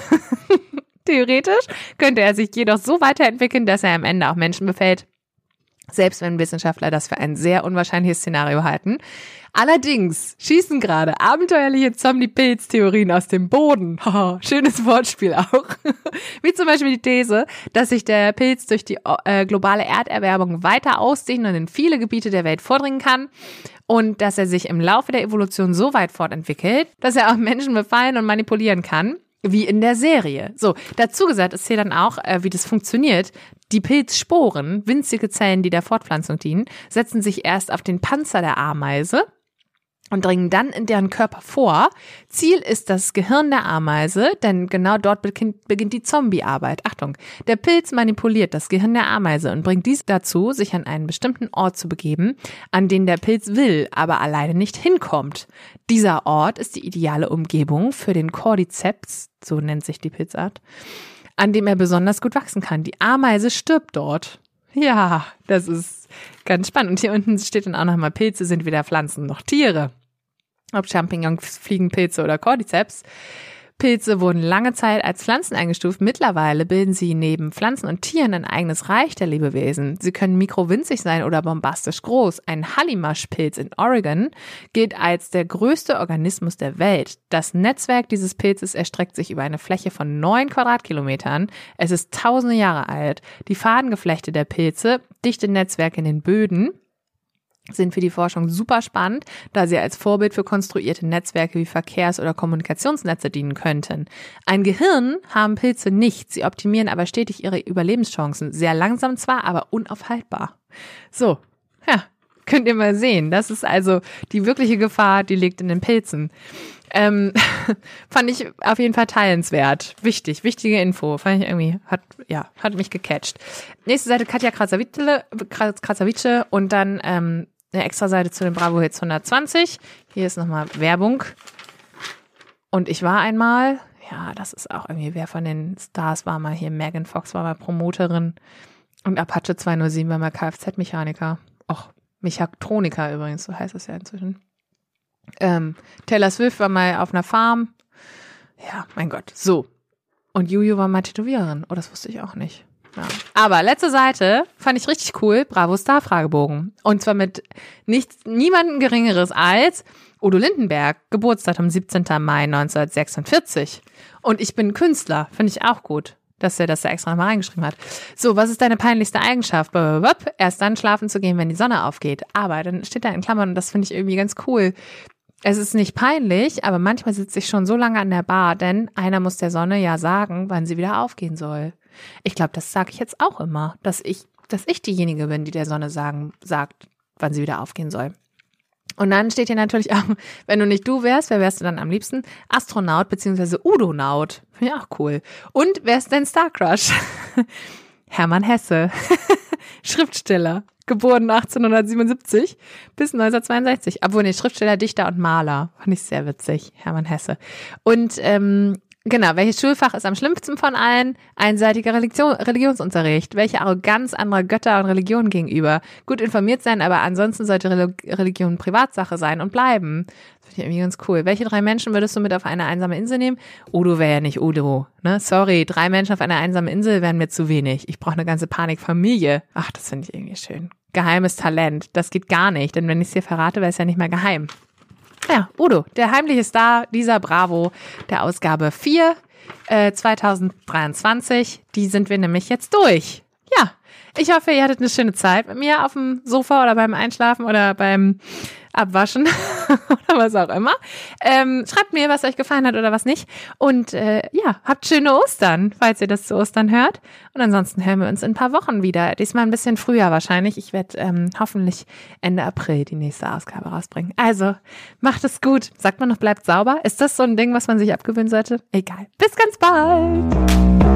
Theoretisch könnte er sich jedoch so weiterentwickeln, dass er am Ende auch Menschen befällt. Selbst wenn Wissenschaftler das für ein sehr unwahrscheinliches Szenario halten. Allerdings schießen gerade abenteuerliche Zombie-Pilz-Theorien aus dem Boden. Schönes Wortspiel auch. Wie zum Beispiel die These, dass sich der Pilz durch die globale Erderwärmung weiter ausdehnen und in viele Gebiete der Welt vordringen kann. Und dass er sich im Laufe der Evolution so weit fortentwickelt, dass er auch Menschen befallen und manipulieren kann. Wie in der Serie. So, dazu gesagt ist hier dann auch, wie das funktioniert. Die Pilzsporen, winzige Zellen, die der Fortpflanzung dienen, setzen sich erst auf den Panzer der Ameise und dringen dann in deren Körper vor. Ziel ist das Gehirn der Ameise, denn genau dort beginnt die Zombiearbeit. Achtung, der Pilz manipuliert das Gehirn der Ameise und bringt dies dazu, sich an einen bestimmten Ort zu begeben, an den der Pilz will, aber alleine nicht hinkommt. Dieser Ort ist die ideale Umgebung für den Cordyceps, so nennt sich die Pilzart, an dem er besonders gut wachsen kann. Die Ameise stirbt dort. Ja, das ist ganz spannend. Und hier unten steht dann auch nochmal, Pilze sind weder Pflanzen noch Tiere. Ob Champignons, Fliegenpilze oder Cordyceps. Pilze wurden lange Zeit als Pflanzen eingestuft. Mittlerweile bilden sie neben Pflanzen und Tieren ein eigenes Reich der Lebewesen. Sie können mikrowinzig sein oder bombastisch groß. Ein Hallimasch-Pilz in Oregon gilt als der größte Organismus der Welt. Das Netzwerk dieses Pilzes erstreckt sich über eine Fläche von 9 Quadratkilometern. Es ist tausende Jahre alt. Die Fadengeflechte der Pilze, dichte Netzwerke in den Böden, sind für die Forschung super spannend, da sie als Vorbild für konstruierte Netzwerke wie Verkehrs- oder Kommunikationsnetze dienen könnten. Ein Gehirn haben Pilze nicht, sie optimieren aber stetig ihre Überlebenschancen. Sehr langsam zwar, aber unaufhaltbar. So, ja, könnt ihr mal sehen. Das ist also die wirkliche Gefahr, die liegt in den Pilzen. Fand ich auf jeden Fall teilenswert. Wichtige Info. Fand ich irgendwie, hat mich gecatcht. Nächste Seite, Katja Krasavice und dann eine Extraseite zu den Bravo Hits 120. Hier ist nochmal Werbung. Und ich war einmal, ja, das ist auch irgendwie, wer von den Stars war mal hier, Megan Fox war mal Promoterin und Apache 207 war mal Kfz-Mechaniker. Auch Mechatroniker übrigens, so heißt es ja inzwischen. Taylor Swift war mal auf einer Farm. Ja, mein Gott, so. Und Juju war mal Tätowiererin. Oh, das wusste ich auch nicht. Ja. Aber letzte Seite fand ich richtig cool. Bravo Star Fragebogen. Und zwar mit niemanden Geringeres als Udo Lindenberg. Geburtsdatum 17. Mai 1946. Und ich bin Künstler. Finde ich auch gut, dass er das da extra nochmal reingeschrieben hat. So, was ist deine peinlichste Eigenschaft? Erst dann schlafen zu gehen, wenn die Sonne aufgeht. Aber dann steht da in Klammern und das finde ich irgendwie ganz cool. Es ist nicht peinlich, aber manchmal sitze ich schon so lange an der Bar, denn einer muss der Sonne ja sagen, wann sie wieder aufgehen soll. Ich glaube, das sage ich jetzt auch immer, dass ich diejenige bin, die der Sonne sagt, wann sie wieder aufgehen soll. Und dann steht hier natürlich auch, wenn du nicht du wärst, wer wärst du dann am liebsten? Astronaut bzw. Udonaut. Finde ich auch cool. Und wer ist dein Starcrush? Hermann Hesse. Schriftsteller. Geboren 1877 bis 1962. Obwohl, Schriftsteller, Dichter und Maler. Fand ich sehr witzig. Hermann Hesse. Und genau, welches Schulfach ist am schlimmsten von allen? Einseitiger Religionsunterricht. Welche Arroganz anderer Götter und Religionen gegenüber? Gut informiert sein, aber ansonsten sollte Religion Privatsache sein und bleiben. Das finde ich irgendwie ganz cool. Welche 3 Menschen würdest du mit auf eine einsame Insel nehmen? Udo wäre ja nicht Udo, ne? Sorry, 3 Menschen auf einer einsamen Insel wären mir zu wenig. Ich brauche eine ganze Panikfamilie. Ach, das finde ich irgendwie schön. Geheimes Talent. Das geht gar nicht, denn wenn ich es dir verrate, wäre es ja nicht mehr geheim. Ja, Udo, der heimliche Star dieser Bravo, der Ausgabe 4, 2023. Die sind wir nämlich jetzt durch. Ja, ich hoffe, ihr hattet eine schöne Zeit mit mir auf dem Sofa oder beim Einschlafen oder beim Abwaschen oder was auch immer. Schreibt mir, was euch gefallen hat oder was nicht. Und ja, habt schöne Ostern, falls ihr das zu Ostern hört. Und ansonsten hören wir uns in ein paar Wochen wieder. Diesmal ein bisschen früher wahrscheinlich. Ich werde hoffentlich Ende April die nächste Ausgabe rausbringen. Also, macht es gut. Sagt man noch, bleibt sauber? Ist das so ein Ding, was man sich abgewöhnen sollte? Egal. Bis ganz bald.